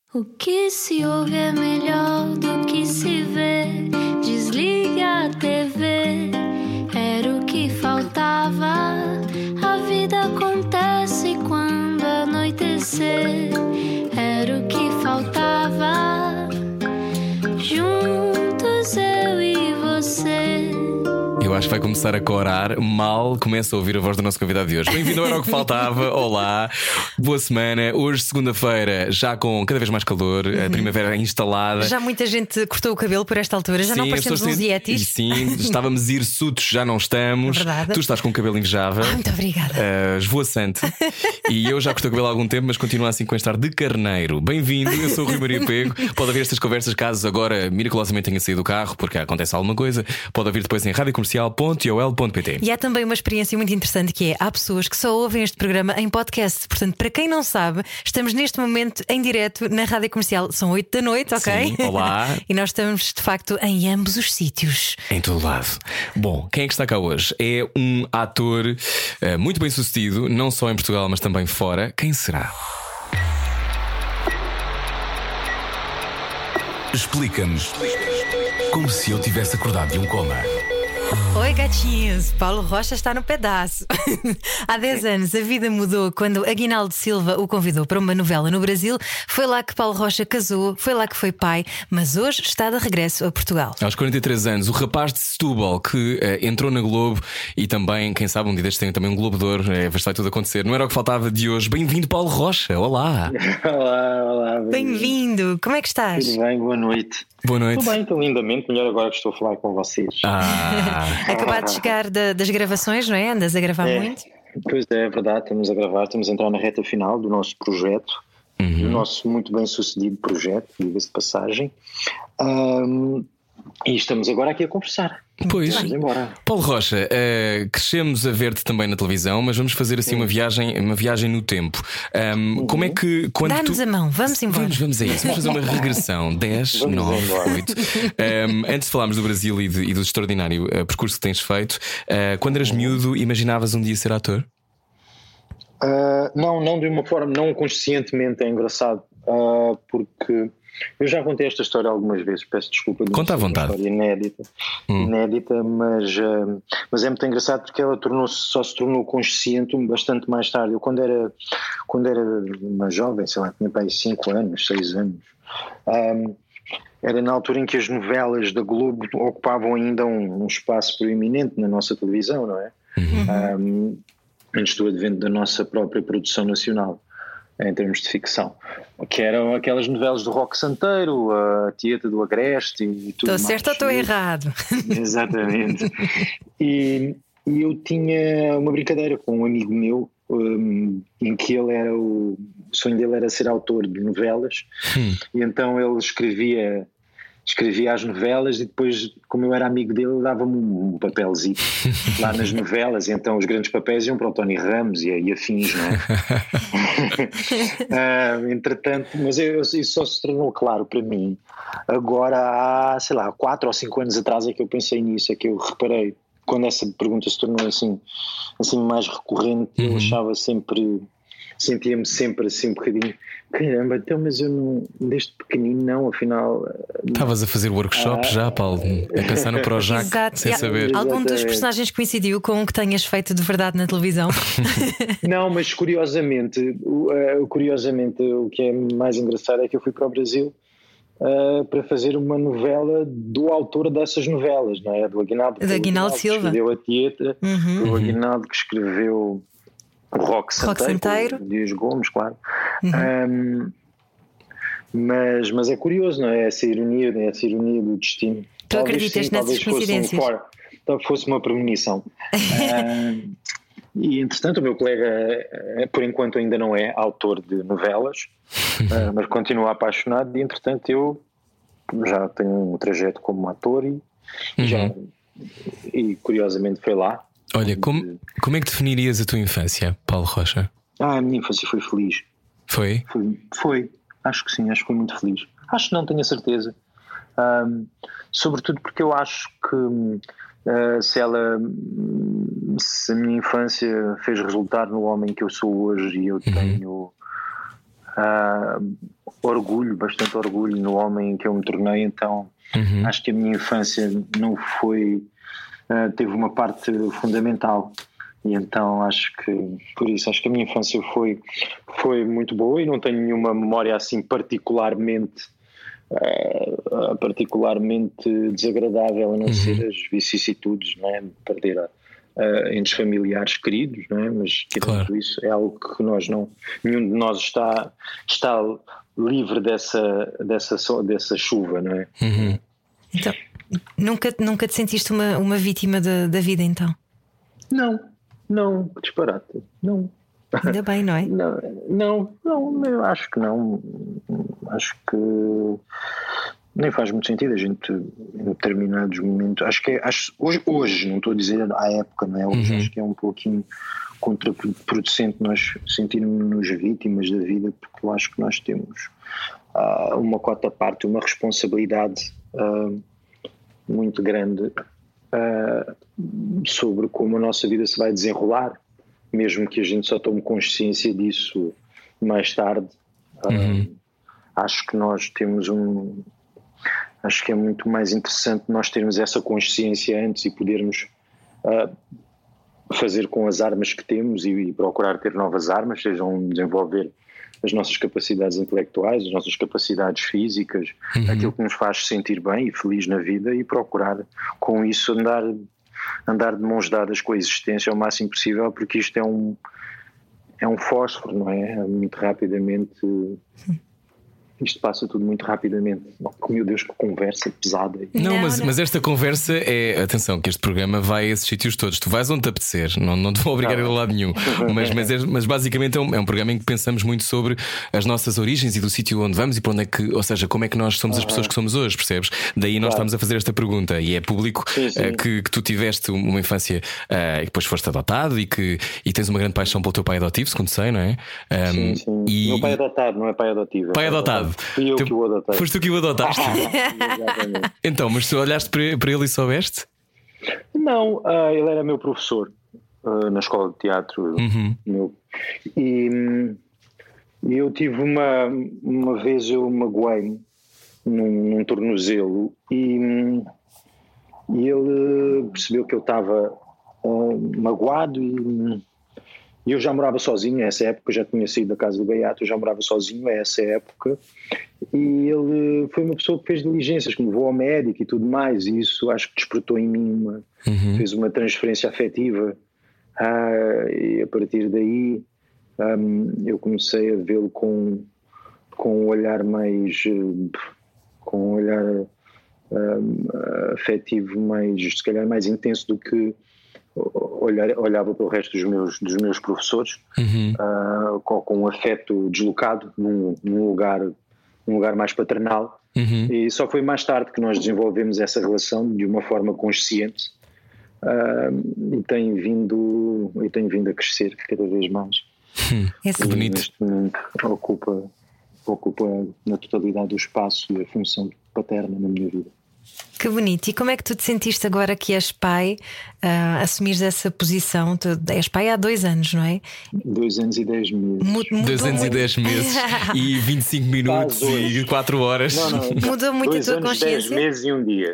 O que se ouve é melhor do que se vê. Desliga a TV, era o que faltava. A vida acontece quando anoitecer. Era o que faltava. Juntos eu e você. Eu acho que vai começar a corar. Mal começa a ouvir a voz do nosso convidado de hoje. Bem-vindo, Era o que Faltava. Olá, boa semana. Hoje, segunda-feira, já com cada vez mais calor, a primavera instalada. Já muita gente cortou o cabelo por esta altura. Já não parecemos uns yetis. Sim, estávamos hirsutos, já não estamos. Verdade. Tu estás com o cabelo invejável. Muito obrigada. Esvoaçante. E eu já cortei o cabelo há algum tempo, mas continuo assim com este ar de carneiro. Bem-vindo, eu sou o Rui Maria Pego. Pode haver estas conversas caso agora miraculosamente tenha saído do carro, porque acontece alguma coisa. Pode ouvir depois em radiocomercial.ol.pt. E há também uma experiência muito interessante que é: há pessoas que só ouvem este programa em podcast. Portanto, para quem não sabe, estamos neste momento em direto na Rádio Comercial. São 8 da noite, ok? Sim, olá. E nós estamos de facto em ambos os sítios. Em todo lado. Bom, quem é que está cá hoje? É um ator muito bem sucedido, não só em Portugal, mas também fora. Quem será? Explica-nos como se eu tivesse acordado de um coma. Oi, gatinhos, Paulo Rocha está no pedaço. Há 10 anos a vida mudou quando Aguinaldo Silva o convidou para uma novela no Brasil. Foi lá que Paulo Rocha casou, foi lá que foi pai, mas hoje está de regresso a Portugal. Aos 43 anos, o rapaz de Setúbal que entrou na Globo e também, quem sabe, um dia destes tem também um Globo de Ouro. Vai tudo acontecer. Não era o que faltava de hoje. Bem-vindo, Paulo Rocha. Olá. Olá. Bem-vindo. Como é que estás? Tudo bem, boa noite. Boa noite. Estou bem, estou lindamente. Melhor agora que estou a falar com vocês. Acabado de chegar das gravações, não é? Andas a gravar muito? Pois é verdade, estamos a gravar, estamos a entrar na reta final do nosso projeto, do nosso muito bem sucedido projeto, diga-se de passagem. E estamos agora aqui a conversar. Pois, vamos embora. Paulo Rocha, crescemos a ver-te também na televisão, mas vamos fazer assim uma viagem no tempo. Como é que quando Dá-nos a mão, vamos embora. Vamos a isso, vamos fazer uma regressão. 10, Vamos 9, embora. 8. Antes de falarmos do Brasil e do extraordinário percurso que tens feito, quando eras miúdo, imaginavas um dia ser ator? Não de uma forma, não conscientemente. É engraçado, porque eu já contei esta história algumas vezes, peço desculpa. Conta à vontade. Uma história inédita, mas é muito engraçado porque ela só se tornou consciente bastante mais tarde. Eu quando era uma jovem, sei lá, tinha pai 5 anos, 6 anos, era na altura em que as novelas da Globo ocupavam ainda um espaço proeminente na nossa televisão, não é? Antes do advento da nossa própria produção nacional, em termos de ficção, que eram aquelas novelas do Roque Santeiro, a Tieta do Agreste e tudo mais. Estou certo ou estou errado? Exatamente. E eu tinha uma brincadeira com um amigo meu, em que o sonho dele era ser autor de novelas, e então ele escrevia as novelas e depois, como eu era amigo dele, dava-me um papelzinho lá nas novelas, e então os grandes papéis iam para o Tony Ramos e afins, não é? Entretanto, mas isso só se tornou claro para mim agora há, sei lá, 4 ou 5 anos atrás é que eu pensei nisso, é que eu reparei, quando essa pergunta se tornou assim mais recorrente, eu sentia-me sempre assim um bocadinho, caramba, então, mas eu não, desde pequenino não, afinal. Estavas a fazer workshop já, Paulo, a pensar no Projac. Exato. Sem saber. Algum dos personagens coincidiu com o que tenhas feito de verdade na televisão? Não, mas curiosamente o que é mais engraçado é que eu fui para o Brasil para fazer uma novela do autor dessas novelas, não é? Do Aguinaldo Silva, que escreveu a Tieta, do Aguinaldo que escreveu o Roque Santeiro, Dias Gomes, claro. Mas é curioso, não é? Essa ironia do destino. Tu acreditas nessas coincidências? Talvez fosse uma premonição. E entretanto o meu colega por enquanto ainda não é autor de novelas, mas continua apaixonado, e entretanto eu já tenho um trajeto como ator e curiosamente foi lá. Olha, como é que definirias a tua infância, Paulo Rocha? A minha infância foi feliz. Foi? Foi, acho que sim, acho que foi muito feliz. Acho que não, tenho a certeza. Sobretudo porque eu acho que se a minha infância fez resultar no homem que eu sou hoje, e eu tenho orgulho, bastante orgulho no homem que eu me tornei. Então acho que a minha infância não foi, teve uma parte fundamental, e então acho que a minha infância foi muito boa, e não tenho nenhuma memória assim particularmente desagradável, a não ser as vicissitudes, não é? Perder entre familiares queridos, não é? Mas tirando isso, é algo que nenhum de nós está livre dessa chuva, não é? Então, nunca te sentiste uma vítima da vida, então? Não, que disparate, não. Ainda bem, não é? Não, eu acho que não. Acho que nem faz muito sentido a gente, em determinados momentos. Hoje, não estou a dizer à época, não é? Hoje acho que é um pouquinho contraproducente nós sentirmos-nos vítimas da vida, porque eu acho que nós temos uma cota à parte, uma responsabilidade muito grande sobre como a nossa vida se vai desenrolar, mesmo que a gente só tome consciência disso mais tarde. Acho que nós temos acho que é muito mais interessante nós termos essa consciência antes e podermos fazer com as armas que temos e procurar ter novas armas, sejam desenvolver as nossas capacidades intelectuais, as nossas capacidades físicas, aquilo que nos faz sentir bem e feliz na vida, e procurar com isso andar de mãos dadas com a existência ao máximo possível, porque isto é um fósforo, não é? Muito rapidamente isto passa tudo muito rapidamente. Meu Deus, que conversa pesada. Mas esta conversa é, atenção, que este programa vai a esses sítios todos. Tu vais onde te apetecer, não te vou obrigar a ir a lado nenhum. Mas basicamente é um programa em que pensamos muito sobre as nossas origens e do sítio onde vamos e para onde é que, ou seja, como é que nós somos as pessoas que somos hoje, percebes? Daí nós estamos a fazer esta pergunta, e é público que tu tiveste uma infância e depois foste adotado e tens uma grande paixão pelo teu pai adotivo, segundo sei, não é? Sim. Meu pai adotado, não é pai adotivo. Pai adotado. Fui eu que o adotei. Foste tu que o adotaste. Exatamente. Então, mas tu olhaste para ele e soubeste? Não, ele era meu professor na escola de teatro. E eu tive uma vez, eu magoei-me num tornozelo, e ele percebeu que eu estava magoado, e eu já morava sozinho a essa época, já tinha saído da casa do Gaiato, eu já morava sozinho a essa época, e ele foi uma pessoa que fez diligências, que me levou ao médico e tudo mais, e isso acho que despertou em mim fez uma transferência afetiva, e a partir daí eu comecei a vê-lo com um olhar mais com um olhar afetivo mais, se calhar mais intenso do que olhava para o resto dos meus professores, com um afeto deslocado num lugar mais paternal. E só foi mais tarde que nós desenvolvemos essa relação de uma forma consciente, e tem vindo a crescer cada vez mais. É bonito. Neste momento ocupa na totalidade o espaço e a função paterna na minha vida. Que bonito. E como é que tu te sentiste agora que és pai, assumires essa posição? Tu és pai há 2 anos, não é? 2 anos e 10 meses. 2 anos e 10 meses e 25 minutos e 4 horas. Não. Mudou muito a tua consciência? 10 meses e um dia.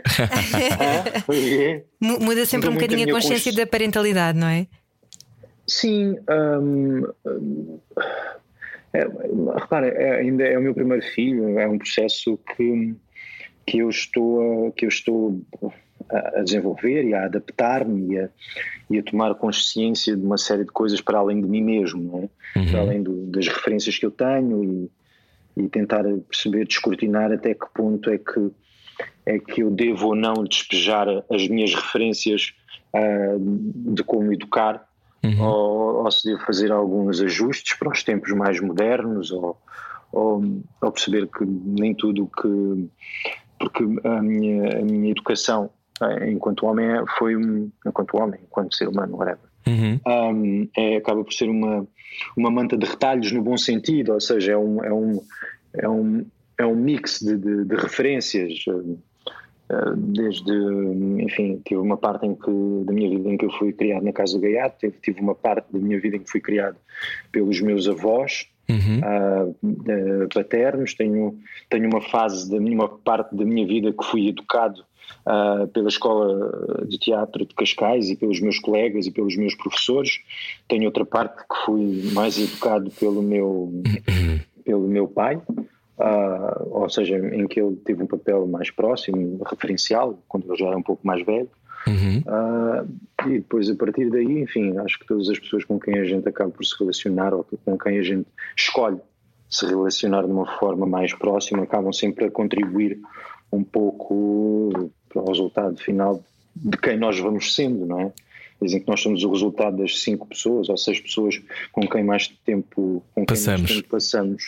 Muda sempre um bocadinho a consciência da parentalidade, não é? Sim. Repara, ainda é o meu primeiro filho. É um processo que eu estou a desenvolver e a adaptar-me e a tomar consciência de uma série de coisas para além de mim mesmo, não é? Para além das referências que eu tenho, e tentar perceber, descortinar até que ponto é que eu devo ou não despejar as minhas referências de como educar, ou se devo fazer alguns ajustes para os tempos mais modernos, ou perceber que nem tudo que... Porque a minha educação enquanto homem enquanto ser humano, whatever, acaba por ser uma manta de retalhos no bom sentido, ou seja, é um mix de referências, desde, enfim, tive uma parte da minha vida em que eu fui criado na casa do Gaiato, tive uma parte da minha vida em que fui criado pelos meus avós, paternos. Tenho uma parte da minha vida que fui educado pela Escola de Teatro de Cascais e pelos meus colegas e pelos meus professores. Tenho outra parte que fui mais educado pelo meu pai, ou seja, em que ele teve um papel mais próximo, referencial, quando eu já era um pouco mais velho. E depois, a partir daí, enfim, acho que todas as pessoas com quem a gente acaba por se relacionar ou com quem a gente escolhe se relacionar de uma forma mais próxima acabam sempre a contribuir um pouco para o resultado final de quem nós vamos sendo, não é? Dizem que nós somos o resultado das 5 pessoas ou 6 pessoas com quem mais tempo passamos.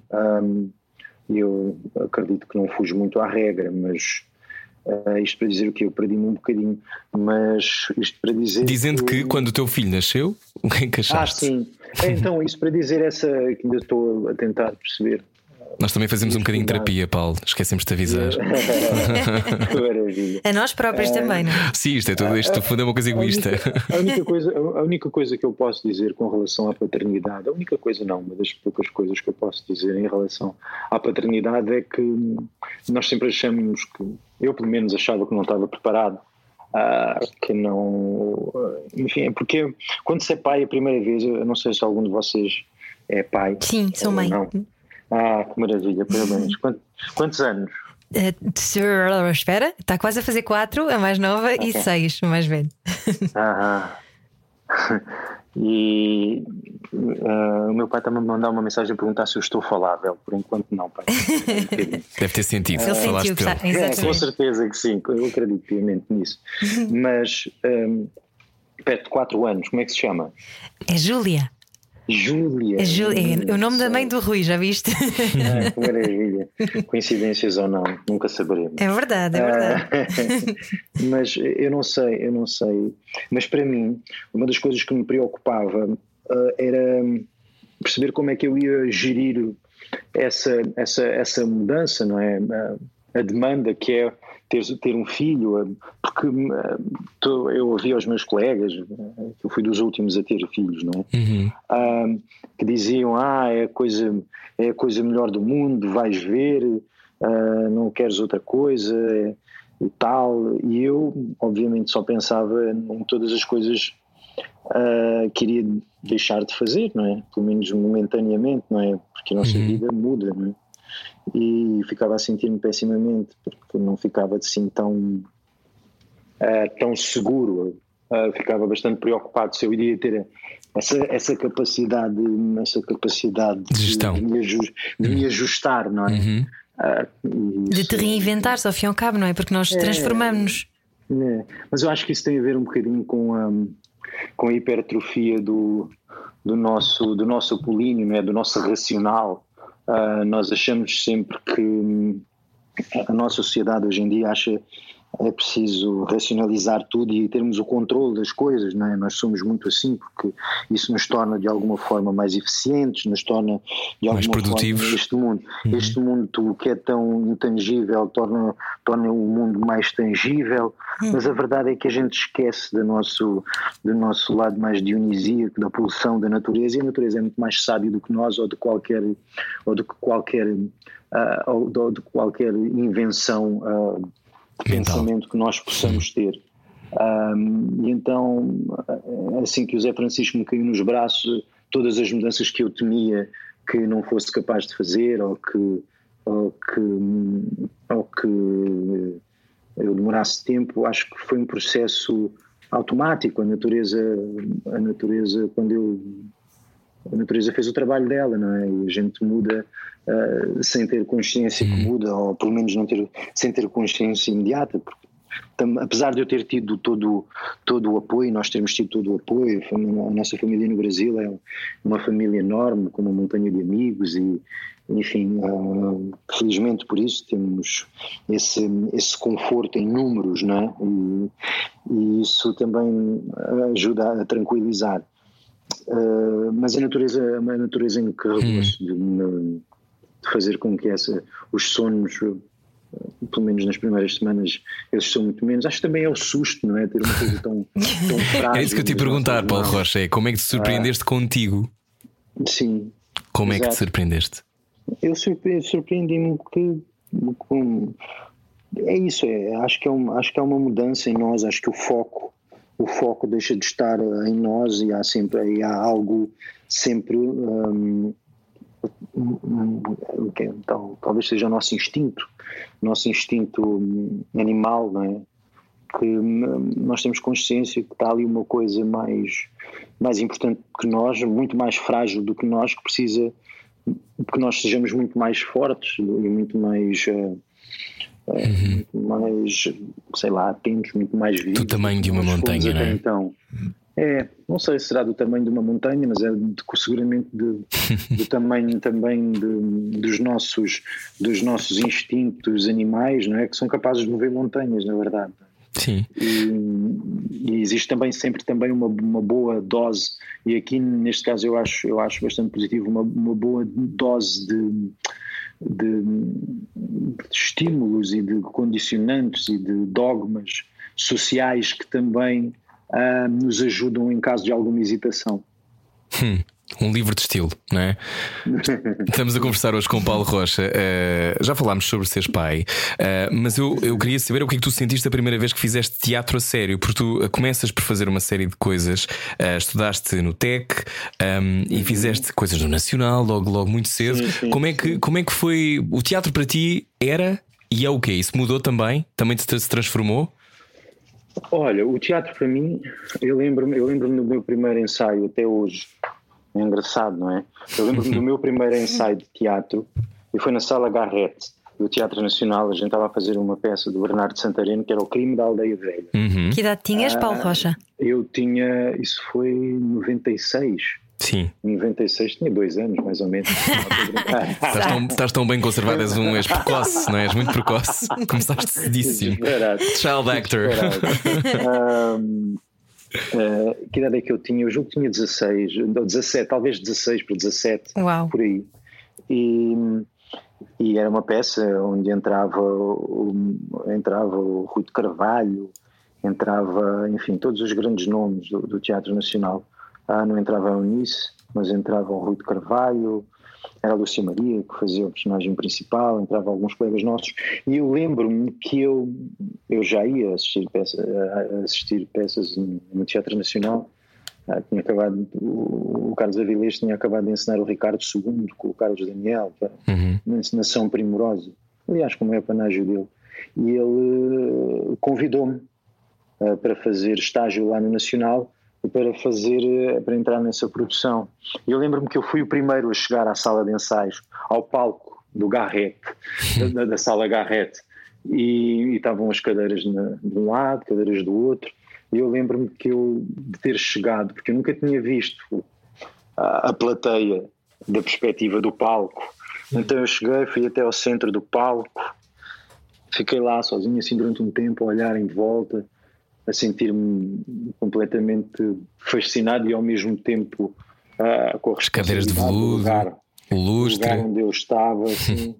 Eu acredito que não fujo muito à regra, mas isto para dizer o quê? Eu perdi-me um bocadinho, mas isto para dizer. Dizendo que quando o teu filho nasceu, o que é que achaste? Sim. Então, isso para dizer essa que ainda estou a tentar perceber. Nós também fazemos um bocadinho de terapia, Paulo. Esquecemos de te avisar. Maravilha. A nós próprios também, não é? Sim, isto é tudo isto, no fundo é uma coisa egoísta. A única coisa que eu posso dizer com relação à paternidade, uma das poucas coisas que eu posso dizer em relação à paternidade é que nós sempre achamos que, eu pelo menos achava que não estava preparado, que não, enfim, porque quando se é pai a primeira vez, eu não sei se algum de vocês é pai. Sim, sou mãe. Não. Que maravilha, parabéns. Quantos anos? Espera, está quase a fazer 4, a mais nova, e 6, o mais velho. E o meu pai está-me a mandar uma mensagem a perguntar se eu estou falável. Por enquanto não, pai. Deve ter sentido. Ele sentiu que está. Com certeza que sim, eu acredito piamente nisso. Mas perto de 4 anos, como é que se chama? É Júlia. Júlia. É o nome da mãe do Rui, já viste? Que maravilha. Coincidências ou não, nunca saberemos. É verdade. Mas eu não sei. Mas para mim, uma das coisas que me preocupava era perceber como é que eu ia gerir essa mudança, não é? A demanda que é ter um filho, porque eu ouvi aos meus colegas, eu fui dos últimos a ter filhos, não é? Que diziam, é a coisa melhor do mundo, vais ver, não queres outra coisa e tal. E eu, obviamente, só pensava em todas as coisas que iria deixar de fazer, não é? Pelo menos momentaneamente, não é? Porque a nossa vida muda, não é? E ficava a sentir-me pessimamente porque não ficava assim tão seguro, ficava bastante preocupado se eu iria ter essa capacidade de gestão, de me ajustar, não é? De te reinventar-se ao fim e ao cabo, não é? Porque nós transformamos-nos. Mas eu acho que isso tem a ver um bocadinho com a hipertrofia do nosso apolíneo, não é? Do nosso racional. Nós achamos sempre que a nossa sociedade hoje em dia acha é preciso racionalizar tudo e termos o controle das coisas, não é? Nós somos muito assim porque isso nos torna de alguma forma mais eficientes, nos torna de alguma mais produtivos. Forma este mundo que é tão intangível torna o mundo mais tangível, mas a verdade é que a gente esquece do nosso lado mais dionisíaco, da pulsão da natureza, e a natureza é muito mais sábia do que nós ou de qualquer invenção de pensamento que nós possamos ter. E então, assim que o Zé Francisco me caiu nos braços, todas as mudanças que eu temia que não fosse capaz de fazer ou que eu demorasse tempo, acho que foi um processo automático. A natureza fez o trabalho dela, não é? E a gente muda sem ter consciência que muda, ou pelo menos sem ter consciência imediata, porque apesar de eu ter tido todo o apoio, nós temos tido todo o apoio, a nossa família no Brasil é uma família enorme, com uma montanha de amigos e, enfim, felizmente por isso temos esse conforto em números, não é? E isso também ajuda a tranquilizar. Mas a natureza encarregou-se de fazer com que os sonhos, pelo menos nas primeiras semanas, eles são muito menos. Acho que também é o susto, não é? Ter uma coisa tão frágil. É isso que eu te ia perguntar, Paulo Rocha, como é que te surpreendeste contigo? Sim. Como é que te Exato. surpreendeste? Eu surpreendi-me é isso, acho que é uma mudança em nós, acho que o foco deixa de estar em nós e há algo sempre então, talvez seja o nosso instinto animal, não é? Que nós temos consciência que está ali uma coisa mais importante que nós, muito mais frágil do que nós, que precisa que nós sejamos muito mais fortes e muito mais sei lá, atentos, muito mais vivos. Do tamanho de uma montanha, não é? Então, não sei se será do tamanho de uma montanha, mas seguramente do tamanho também dos nossos instintos animais, não é? Que são capazes de mover montanhas, na verdade. Sim. E existe também uma boa dose, e aqui neste caso eu acho bastante positivo, uma boa dose de estímulos e de condicionantes e de dogmas sociais que também nos ajudam em caso de alguma hesitação. Um livro de estilo, não é? Estamos a conversar hoje com o Paulo Rocha. Já falámos sobre seres pai, mas eu queria saber o que é que tu sentiste a primeira vez que fizeste teatro a sério, porque tu começas por fazer uma série de coisas. Estudaste no TEC e fizeste coisas no Nacional logo muito cedo. Sim, como é que foi o teatro para ti? Era e é o quê? Isso mudou também? Também se transformou? Olha, o teatro para mim, eu lembro-me do meu primeiro ensaio até hoje. É engraçado, não é? Eu lembro-me do meu primeiro ensaio de teatro e foi na Sala Garrett do Teatro Nacional. A gente estava a fazer uma peça do Bernardo Santareno que era o Crime da Aldeia Velha. Que idade tinhas, Paulo Rocha? Eu tinha, isso foi em 96. Sim. Em 96 tinha 2 anos, mais ou menos. Estás tão bem conservado, és precoce, não é? És muito precoce. Começaste cedíssimo. Child actor. Que idade é que eu tinha? Eu julgo que tinha 16, 17, talvez 16 para 17. Uau. Por aí. E era uma peça onde entrava o Rui de Carvalho, entrava, enfim, todos os grandes nomes do Teatro Nacional. Não entrava a Eunice, mas entrava o Rui de Carvalho, era a Lúcia Maria que fazia o personagem principal, entrava alguns colegas nossos, e eu lembro-me que eu já ia assistir peças no Teatro Nacional. Tinha acabado, o Carlos Avilés tinha acabado de ensinar o Ricardo II com o Carlos Daniel, uma encenação primorosa, aliás, como é o panágio dele, e ele convidou-me para fazer estágio lá no Nacional, para entrar nessa produção. Eu lembro-me que eu fui o primeiro a chegar à sala de ensaios, ao palco do Garrett, da sala Garrett, e estavam as cadeiras de um lado, cadeiras do outro, e eu lembro-me de ter chegado, porque eu nunca tinha visto a plateia da perspectiva do palco, então eu cheguei, fui até ao centro do palco, fiquei lá sozinho assim durante um tempo a olhar em volta, a sentir-me completamente fascinado e ao mesmo tempo com a as cadeiras de veludo, o lustre, lugar onde eu estava, assim,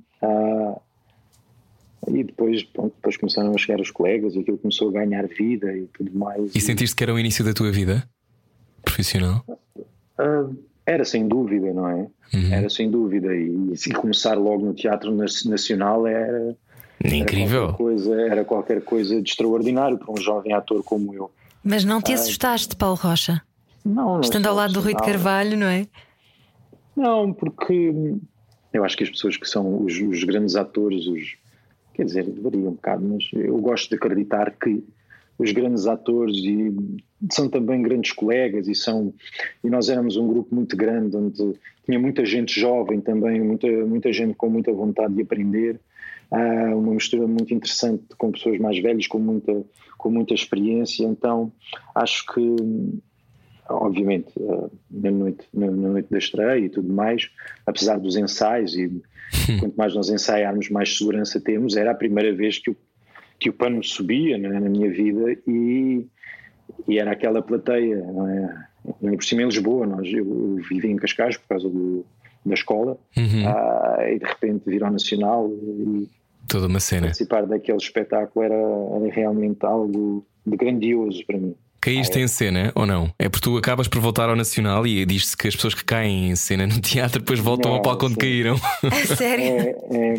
e depois começaram a chegar os colegas e aquilo começou a ganhar vida e tudo mais. E sentiste que era o início da tua vida profissional? Era sem dúvida, não é? Era sem dúvida, e começar logo no Teatro Nacional era incrível. Era qualquer coisa de extraordinário para um jovem ator como eu. Mas não te assustaste, Paulo Rocha? Não. Estando ao lado do Rui de Carvalho, não é? Não, porque eu acho que as pessoas que são os grandes atores, quer dizer, varia um bocado, mas eu gosto de acreditar que os grandes atores são também grandes colegas e nós éramos um grupo muito grande onde tinha muita gente jovem também, muita gente com muita vontade de aprender. Uma mistura muito interessante com pessoas mais velhas com muita experiência. Então acho que, obviamente, na noite da estreia e tudo mais, apesar dos ensaios, e quanto mais nós ensaiarmos, mais segurança temos, era a primeira vez que o pano subia, né, na minha vida, e era aquela plateia, não é? Por cima em Lisboa, eu vivi em Cascais por causa da escola, e de repente vir ao Nacional e toda uma cena. Participar daquele espetáculo era realmente algo de grandioso para mim. Caíste em cena ou não? É porque tu acabas por voltar ao Nacional e diz-se que as pessoas que caem em cena no teatro depois voltam ao palco onde caíram. Sério?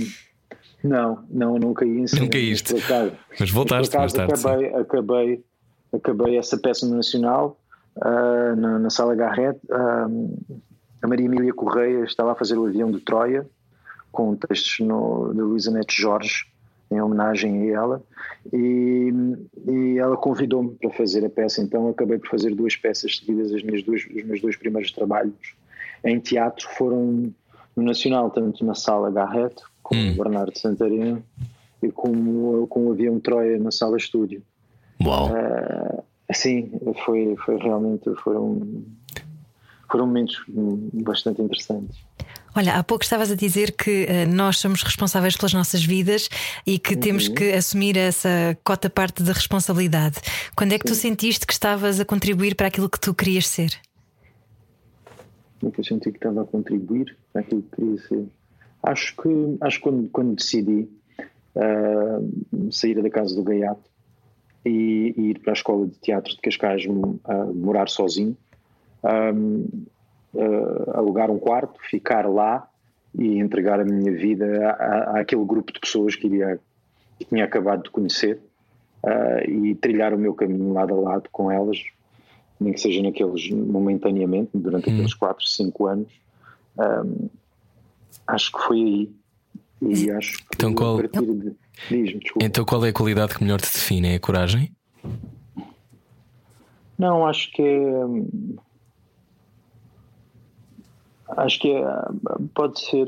Não caí em cena. Não caíste. Mas voltaste mais tarde. Acabei essa peça no Nacional, na Sala Garrett. A Maria Emília Correia estava a fazer o Avião de Troia, com textos de Luísa Neto Jorge, em homenagem a ela, e ela convidou-me para fazer a peça. Então acabei por fazer 2 peças seguidas. Os meus 2 primeiros trabalhos em teatro foram no Nacional, tanto na Sala Garrett, com o Bernardo Santarém, e com o Avião de Troia na Sala Estúdio. Uau! Sim, foi realmente, foram momentos bastante interessantes. Olha, há pouco estavas a dizer que nós somos responsáveis pelas nossas vidas e que temos que assumir essa cota parte de responsabilidade. Quando é que tu sentiste que estavas a contribuir para aquilo que tu querias ser? Como é que eu senti que estava a contribuir para aquilo que queria ser? Acho que quando decidi sair da casa do Gaiato e ir para a Escola de Teatro de Cascais, morar sozinho, alugar um quarto, ficar lá e entregar a minha vida àquele grupo de pessoas que tinha acabado de conhecer, e trilhar o meu caminho lado a lado com elas, nem que seja naqueles momentaneamente, durante aqueles 4, 5 anos. Acho que foi aí. E acho que então, então qual é a qualidade que melhor te define? É a coragem? Não, acho que pode ser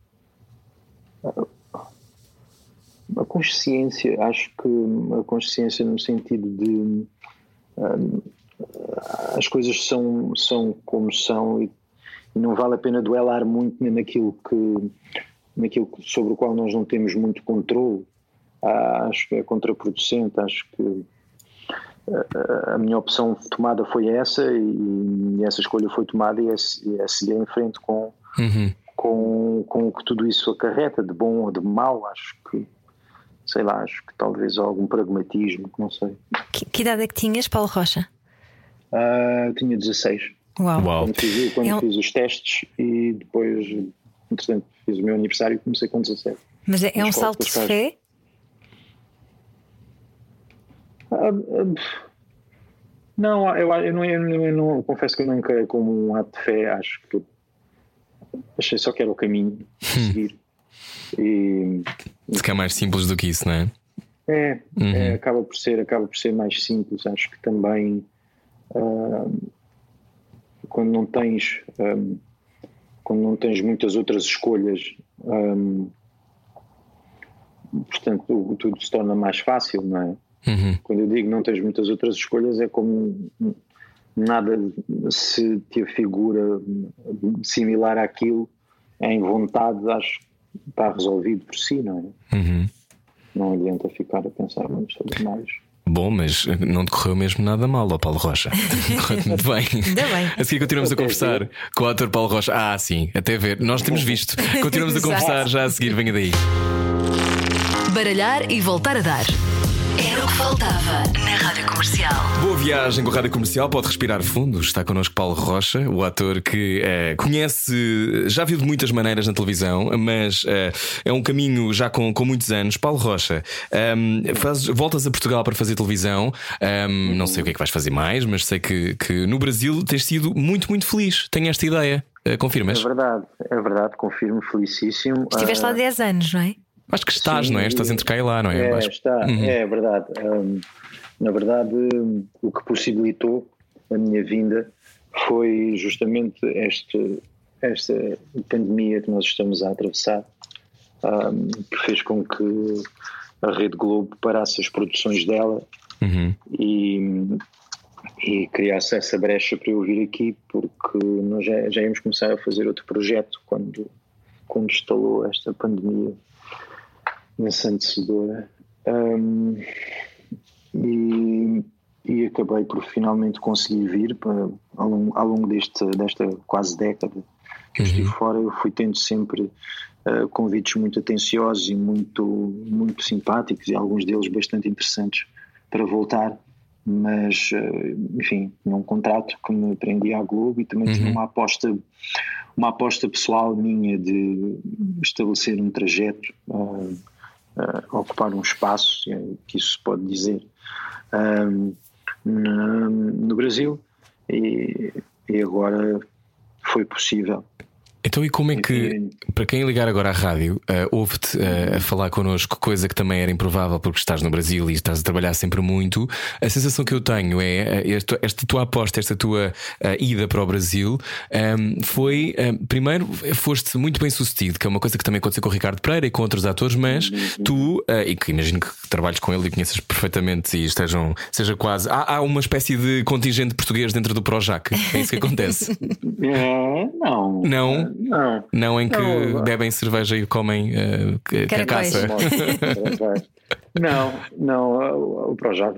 a consciência. Acho que a consciência no sentido de as coisas são como são e não vale a pena duelar muito naquilo sobre o qual nós não temos muito controle. Acho que é contraproducente. Acho que a minha opção tomada foi essa, e essa escolha foi tomada, e é seguir em frente com o que tudo isso acarreta, de bom ou de mau. Acho que talvez algum pragmatismo, não sei. Que idade é que tinhas, Paulo Rocha? Tinha 16. Uau. Quando fiz os testes, e depois, entretanto, fiz o meu aniversário e comecei com 17. Mas é um salto de fé? Não, eu não confesso que eu não encarei como um ato de fé. Acho que achei só que era o caminho a seguir. E se que é mais simples do que isso, não é? Acaba por ser mais simples. Acho que também quando não tens muitas outras escolhas, portanto tudo se torna mais fácil, não é? Quando eu digo não tens muitas outras escolhas, é como nada se te afigura similar àquilo em vontade. Acho que está resolvido por si, não é? Não adianta ficar a pensar muito sobre mais. Bom, mas não te correu mesmo nada mal, ó Paulo Rocha. Correu muito bem. Ainda bem. A seguir continuamos a conversar com o ator Paulo Rocha. Sim, até ver. Nós temos visto. Continuamos a conversar já a seguir. Venha daí. Baralhar e voltar a dar. Era o que faltava na Rádio Comercial. Boa viagem com a Rádio Comercial. Pode respirar fundo. Está connosco Paulo Rocha, o ator que conhece, já viu de muitas maneiras na televisão, mas é um caminho já com muitos anos. Paulo Rocha, voltas a Portugal para fazer televisão. Não sei o que é que vais fazer mais, mas sei que no Brasil tens sido muito, muito feliz. Tenho esta ideia. Confirmas? É verdade, confirmo, felicíssimo. Estiveste lá 10 anos, não é? Acho que estás, não é? Estás entre cá e lá, não é? É verdade. Na verdade, o que possibilitou a minha vinda foi justamente esta pandemia que nós estamos a atravessar, que fez com que a Rede Globo parasse as produções dela e criasse essa brecha para eu vir aqui, porque nós já íamos começar a fazer outro projeto quando estalou esta pandemia ensandecedora, e acabei por finalmente conseguir vir ao longo desta quase década que eu estive fora. Eu fui tendo sempre convites muito atenciosos e muito, muito simpáticos, e alguns deles bastante interessantes, para voltar mas enfim, tinha um contrato que me prendia à Globo e também tinha uma aposta pessoal minha de estabelecer um trajeto, ocupar um espaço, que isso se pode dizer, no Brasil, e agora foi possível. Então, e como é que, para quem ligar agora à rádio, ouve-te a falar connosco, coisa que também era improvável porque estás no Brasil e estás a trabalhar sempre muito, a sensação que eu tenho é esta tua aposta, esta tua ida para o Brasil, foi, primeiro, foste muito bem sucedido, que é uma coisa que também aconteceu com o Ricardo Pereira e com outros atores, mas tu, e que imagino que trabalhes com ele e conheças perfeitamente e seja quase. Há uma espécie de contingente português dentro do Projac, é isso que acontece? Não. Não? Não, em que bebem cerveja e comem caça. Não, o Projac,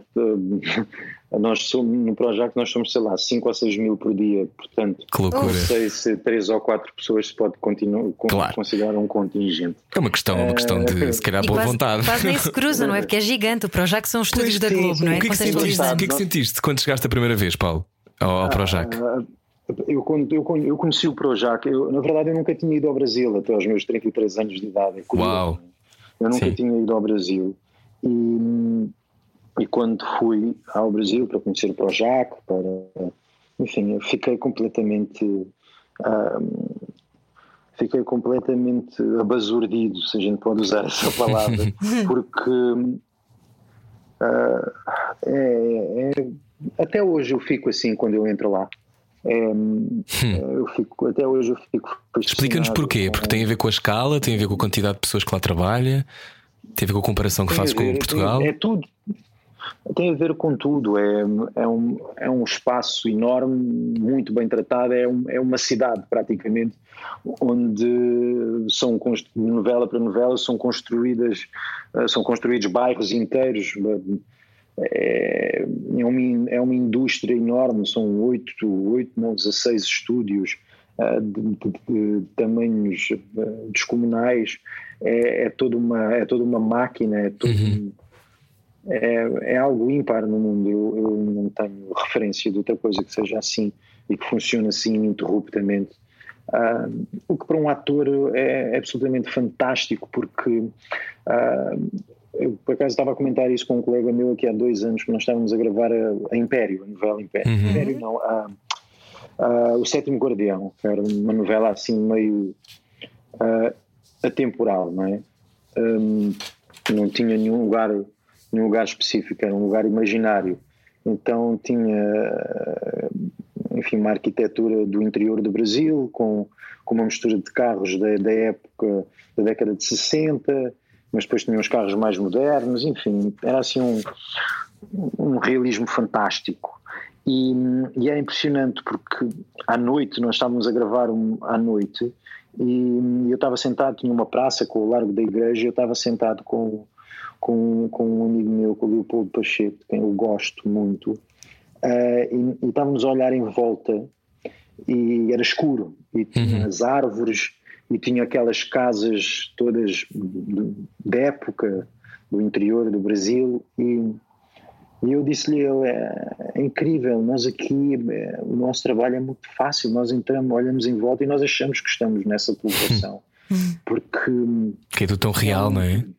no Projac nós somos, sei lá, 5 ou 6 mil por dia, portanto, não sei se 3 ou 4 pessoas se pode considerar um contingente. É uma questão de, se calhar, boa vontade. Quase nem se cruza, não é? Porque é gigante. O Projac são estúdios da Globo, não é? O que é que sentiste quando chegaste a primeira vez, Paulo, ao Projac? Eu conheci o Projac. Na verdade, eu nunca tinha ido ao Brasil até aos meus 33 anos de idade. Uau! Eu nunca tinha ido ao Brasil. E quando fui ao Brasil para conhecer o Projac, enfim, eu fiquei completamente abasurdido, se a gente pode usar essa palavra, porque até hoje eu fico assim quando eu entro lá. Até hoje eu fico. Explica-nos porquê, porque tem a ver com a escala, tem a ver com a quantidade de pessoas que lá trabalha, tem a ver com a comparação que fazes com Portugal. É tudo, tem a ver com tudo. É um espaço enorme, muito bem tratado, é uma cidade praticamente, onde de novela para novela são construídos bairros inteiros. É uma indústria enorme, são 16 estúdios de tamanhos descomunais, é toda uma máquina, é algo ímpar no mundo. Eu não tenho referência de outra coisa que seja assim e que funcione assim ininterruptamente. O que para um ator é absolutamente fantástico, porque eu por acaso estava a comentar isso com um colega meu aqui há 2 anos, que nós estávamos a gravar a Império, a novela Império. Império não, o Sétimo Guardião, que era uma novela assim meio atemporal, não é? Não tinha nenhum lugar específico, era um lugar imaginário. Então tinha, enfim, uma arquitetura do interior do Brasil, com uma mistura de carros da época, da década de 60, mas depois tinha uns carros mais modernos, enfim, era assim um realismo fantástico. E era impressionante porque à noite, nós estávamos a gravar à noite, e eu estava sentado, tinha uma praça com o Largo da Igreja, eu estava sentado com um amigo meu, com o Leopoldo Pacheco, de quem eu gosto muito, e estávamos a olhar em volta e era escuro, e tinha as árvores, e tinha aquelas casas todas da época do interior do Brasil, e eu disse-lhe: é incrível, nós aqui, o nosso trabalho é muito fácil, nós entramos, olhamos em volta e nós achamos que estamos nessa povoação, porque é tudo tão real, não é?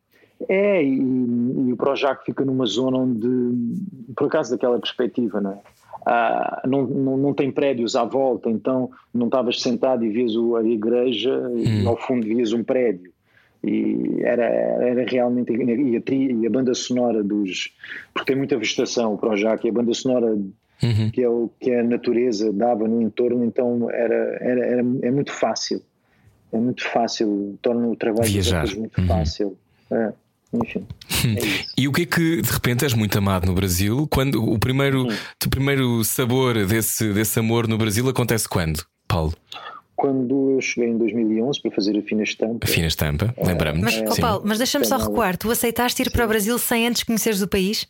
E o Projac fica numa zona onde, por acaso daquela perspectiva, não é? Não tem prédios à volta, então não estavas sentado e vias a igreja e ao fundo vias um prédio, e era realmente, e a banda sonora porque tem muita vegetação o Projac, e a banda sonora que é o que a natureza dava no entorno, então é muito fácil, torna o trabalho muito fácil. Enfim, e o que é que de repente és muito amado no Brasil? Quando o primeiro sabor desse amor no Brasil acontece quando, Paulo? Quando eu cheguei em 2011 para fazer a Fina Estampa. A Fina Estampa, lembramos. Mas, Paulo, mas deixa-me só recuar. Tu aceitaste ir para o Brasil sem antes conheceres o país?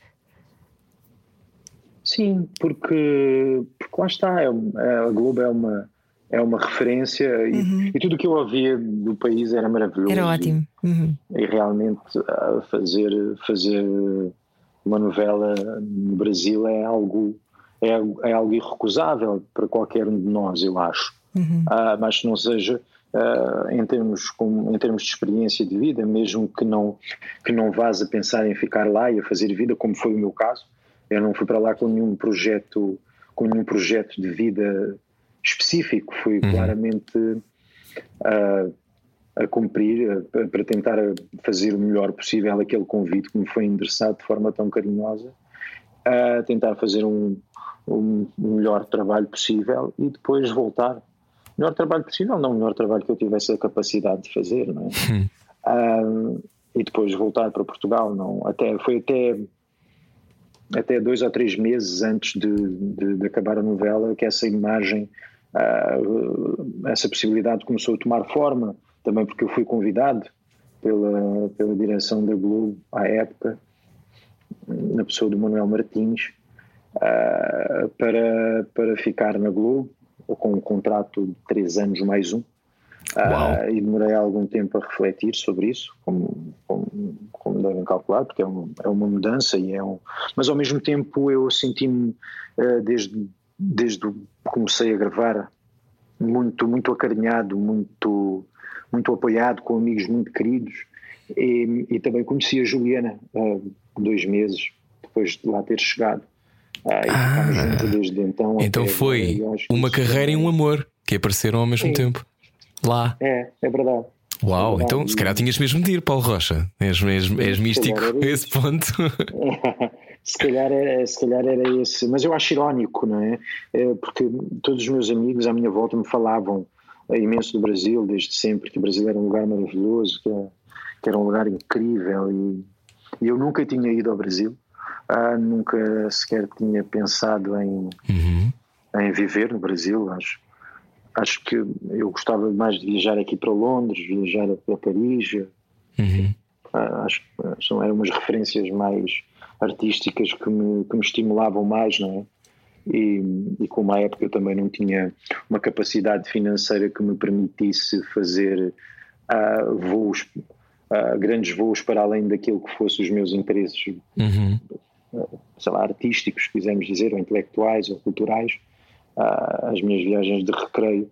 Sim, porque lá está, a Globo é uma referência, e tudo o que eu ouvia do país era maravilhoso. Era ótimo. E realmente fazer uma novela no Brasil é algo irrecusável para qualquer um de nós, eu acho. Mas que não seja em termos de experiência de vida, mesmo que não vás a pensar em ficar lá e a fazer vida, como foi o meu caso. Eu não fui para lá com nenhum projeto de vida específico, fui claramente a cumprir, para tentar fazer o melhor possível aquele convite que me foi endereçado de forma tão carinhosa, a tentar fazer um melhor trabalho possível e depois voltar. Melhor trabalho possível, não o melhor trabalho que eu tivesse a capacidade de fazer, não é? E depois voltar para Portugal, não. Foi até 2 ou 3 meses antes de acabar a novela que essa imagem, essa possibilidade começou a tomar forma, também porque eu fui convidado pela direção da Globo à época, na pessoa do Manuel Martins, para ficar na Globo, com um contrato de 3 anos mais um. E demorei algum tempo a refletir sobre isso, como devem calcular, porque é uma mudança mas ao mesmo tempo eu senti-me desde que comecei a gravar muito acarinhado, muito apoiado, com amigos muito queridos, e também conheci a Juliana 2 meses depois de lá ter chegado, e ficámos juntos desde então. Então foi uma carreira e um amor que apareceram ao mesmo tempo lá. É verdade. Uau, é verdade. então se calhar tinhas mesmo de ir, Paulo Rocha. És místico a esse ponto. Se calhar era esse, mas eu acho irónico, não é? Porque todos os meus amigos à minha volta me falavam imenso do Brasil, desde sempre, que o Brasil era um lugar maravilhoso, que era um lugar incrível, e eu nunca tinha ido ao Brasil, nunca sequer tinha pensado em viver no Brasil. Acho que eu gostava mais de viajar aqui para Londres, viajar para Paris. Acho que eram umas referências mais artísticas que me estimulavam mais, não é? E como à época eu também não tinha uma capacidade financeira que me permitisse fazer grandes voos para além daquilo que fossem os meus interesses, sei lá, artísticos, se quisermos dizer, ou intelectuais ou culturais. As minhas viagens de recreio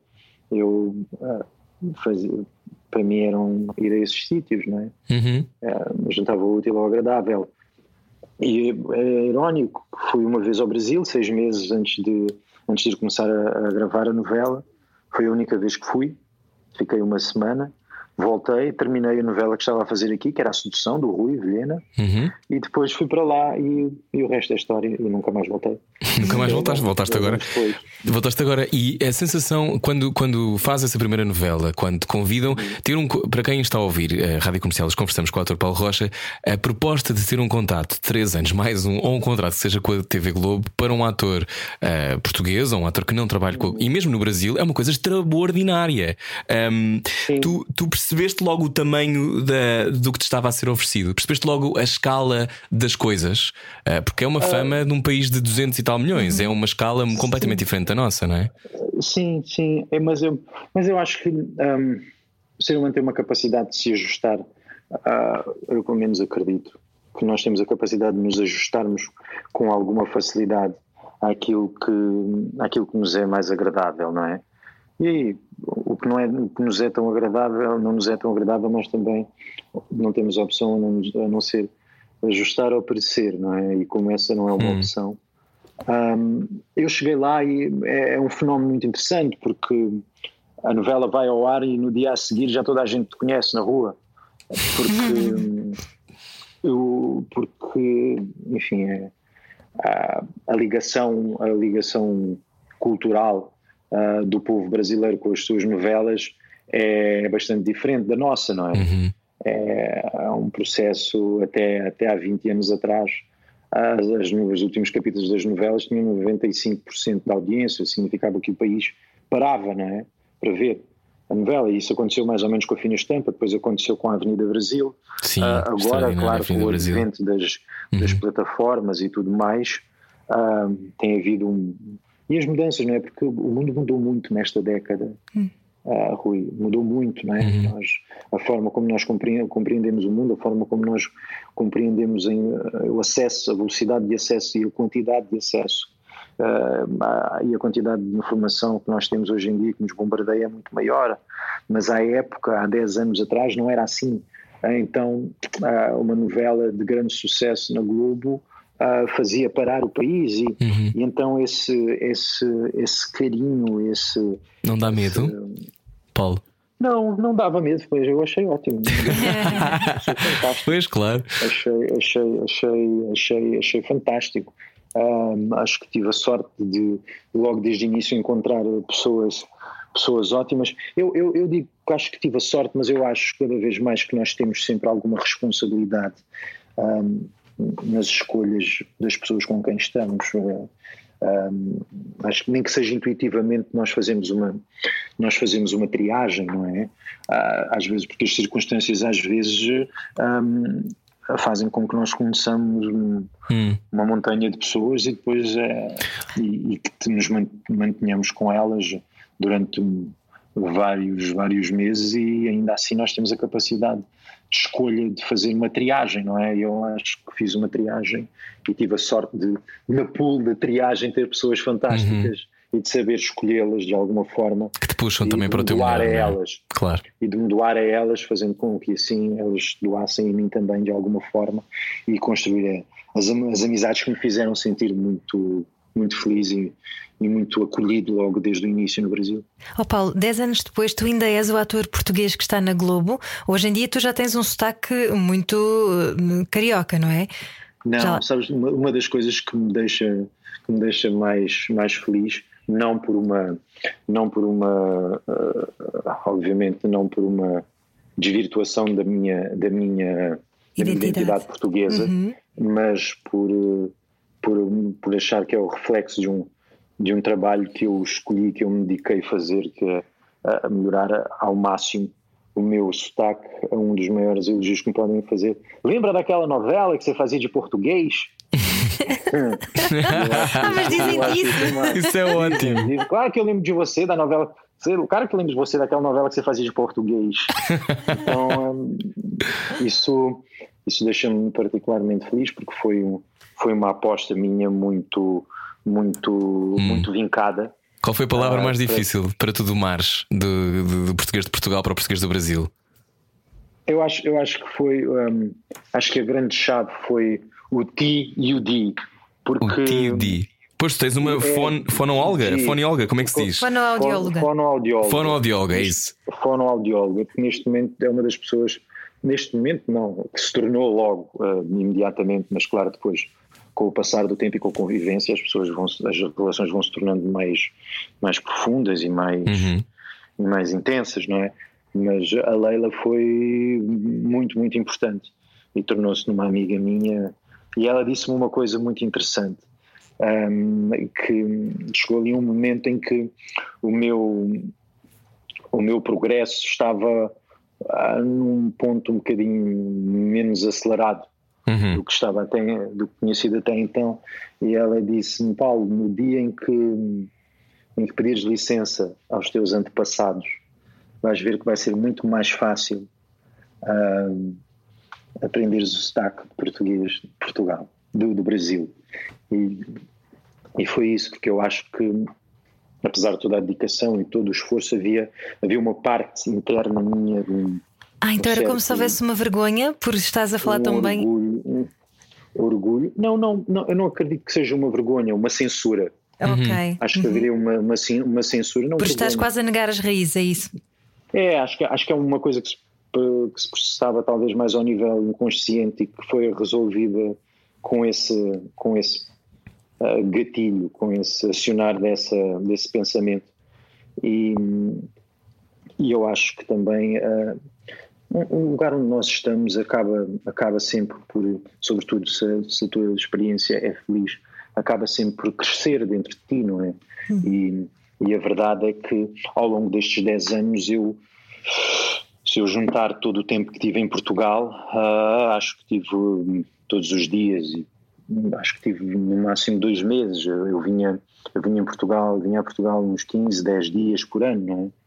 para mim eram ir a esses sítios, não é? Juntava o útil ao agradável. E é irónico que fui uma vez ao Brasil, 6 meses antes de ir começar a gravar a novela. Foi a única vez que fui, fiquei uma semana, voltei, terminei a novela que estava a fazer aqui, que era A Sedução, do Rui Vilhena, e depois fui para lá e o resto é história, e nunca mais voltei. Nunca mais voltaste agora. Voltaste agora. E a sensação, quando faz essa primeira novela, quando te convidam, para quem está a ouvir a Rádio Comercial, conversamos com o ator Paulo Rocha, a proposta de ter um contrato de 3 anos mais um, ou um contrato que seja com a TV Globo, para um ator português, ou um ator que não trabalha e mesmo no Brasil, é uma coisa extraordinária. Tu percebeste logo o tamanho do que te estava a ser oferecido? Percebeste logo a escala das coisas? Porque é uma fama de um país de 200 e tal milhões. É uma escala completamente diferente da nossa, não é? Sim. Mas eu acho que o ser humano tem uma capacidade de se ajustar. Eu pelo menos acredito que nós temos a capacidade de nos ajustarmos com alguma facilidade àquilo que nos é mais agradável, não é? E o que nos é tão agradável não nos é tão agradável, mas também não temos a opção a não ser ajustar ou perecer, não é? E como essa não é uma opção, eu cheguei lá e é um fenómeno muito interessante, porque a novela vai ao ar e no dia a seguir já toda a gente te conhece na rua, porque enfim, a ligação cultural do povo brasileiro com as suas novelas é bastante diferente da nossa, não é? É um processo até há 20 anos atrás. Os últimos capítulos das novelas tinham 95% de audiência, significava que o país parava, não é? Para ver a novela, e isso aconteceu mais ou menos com a Fina Estampa, depois aconteceu com a Avenida Brasil. Sim, agora, claro, com o advento das plataformas e tudo mais, tem havido e as mudanças, não é? Porque o mundo mudou muito nesta década. Rui, mudou muito, não é? A forma como nós compreendemos o mundo, a forma como nós compreendemos o acesso, a velocidade de acesso e a quantidade de acesso, e a quantidade de informação que nós temos hoje em dia que nos bombardeia é muito maior, mas à época, há 10 anos atrás, não era assim. Então, uma novela de grande sucesso na Globo fazia parar o país e então esse carinho, esse... Não dá medo, Paulo? Não dava medo, pois eu achei ótimo. Achei fantástico. Pois, claro. Achei fantástico. Acho que tive a sorte de logo desde o início encontrar pessoas ótimas. Eu digo que acho que tive a sorte, mas eu acho cada vez mais que nós temos sempre alguma responsabilidade nas escolhas das pessoas com quem estamos. Acho que nem que seja intuitivamente nós fazemos uma triagem, não é? Às vezes porque as circunstâncias às vezes fazem com que nós conheçamos uma montanha de pessoas e depois e que nos mantenhamos com elas durante vários meses, e ainda assim nós temos a capacidade de escolha de fazer uma triagem, não é? Eu acho que fiz uma triagem e tive a sorte de, na pool da triagem, ter pessoas fantásticas e de saber escolhê-las de alguma forma, que te puxam também para o teu melhor, elas, claro. E de me doar a elas, fazendo com que assim elas doassem a mim também de alguma forma, e construir as amizades que me fizeram sentir muito, muito feliz e muito acolhido logo desde o início no Brasil. Paulo, 10 anos depois tu ainda és o ator português que está na Globo. Hoje em dia tu já tens um sotaque muito carioca, não é? Não, sabes, uma das coisas que me deixa mais feliz, não por uma obviamente não por uma desvirtuação da minha identidade portuguesa, mas por achar que é o reflexo de um trabalho que eu escolhi, que eu me dediquei a fazer, que é a melhorar ao máximo o meu sotaque. É um dos maiores elogios que me podem fazer. Lembra daquela novela que você fazia de português? Mas dizem isso. Isso é ótimo. Claro que eu lembro de você da novela. Claro que eu lembro de você daquela novela que você fazia de português. Então, isso deixa-me particularmente feliz, porque foi uma aposta minha muito vincada. Qual foi a palavra mais difícil para tu domares do português de Portugal para o português do Brasil? Eu acho que foi acho que a grande chave foi o T e o D, porque o T e o D. Pois tu tens uma fonoaudióloga, como é que se diz? Fonoaudióloga, é isso. Fonoaudióloga, que neste momento é uma das pessoas, que se tornou logo imediatamente, mas claro, depois com o passar do tempo e com a convivência as relações vão se tornando mais profundas e mais intensas, não é? Mas a Leila foi muito, muito importante e tornou-se numa amiga minha, e ela disse-me uma coisa muito interessante, que chegou ali um momento em que o meu progresso estava num ponto um bocadinho menos acelerado do que tinha sido até então, e ela disse-me: Paulo, no dia em que pedires licença aos teus antepassados, vais ver que vai ser muito mais fácil aprenderes o sotaque português de Portugal, do Brasil. E foi isso, porque eu acho que, apesar de toda a dedicação e todo o esforço, havia uma parte interna minha então era como se houvesse uma vergonha por estás a falar tão bem. Orgulho. Não, eu não acredito que seja uma vergonha, uma censura. Ok. Acho que haveria uma censura. Não, por estás quase a negar as raízes, é isso? Acho que é uma coisa que se processava talvez mais ao nível inconsciente e que foi resolvida com esse gatilho, com esse acionar desse pensamento. E eu acho que também o lugar onde nós estamos acaba sempre por, sobretudo se a tua experiência é feliz, acaba sempre por crescer dentro de ti, não é? E a verdade é que ao longo destes 10 anos se eu juntar todo o tempo que tive em Portugal, acho que tive todos os dias, e acho que tive no máximo 2 meses. Eu vinha a Portugal uns 15, 10 dias por ano, não é?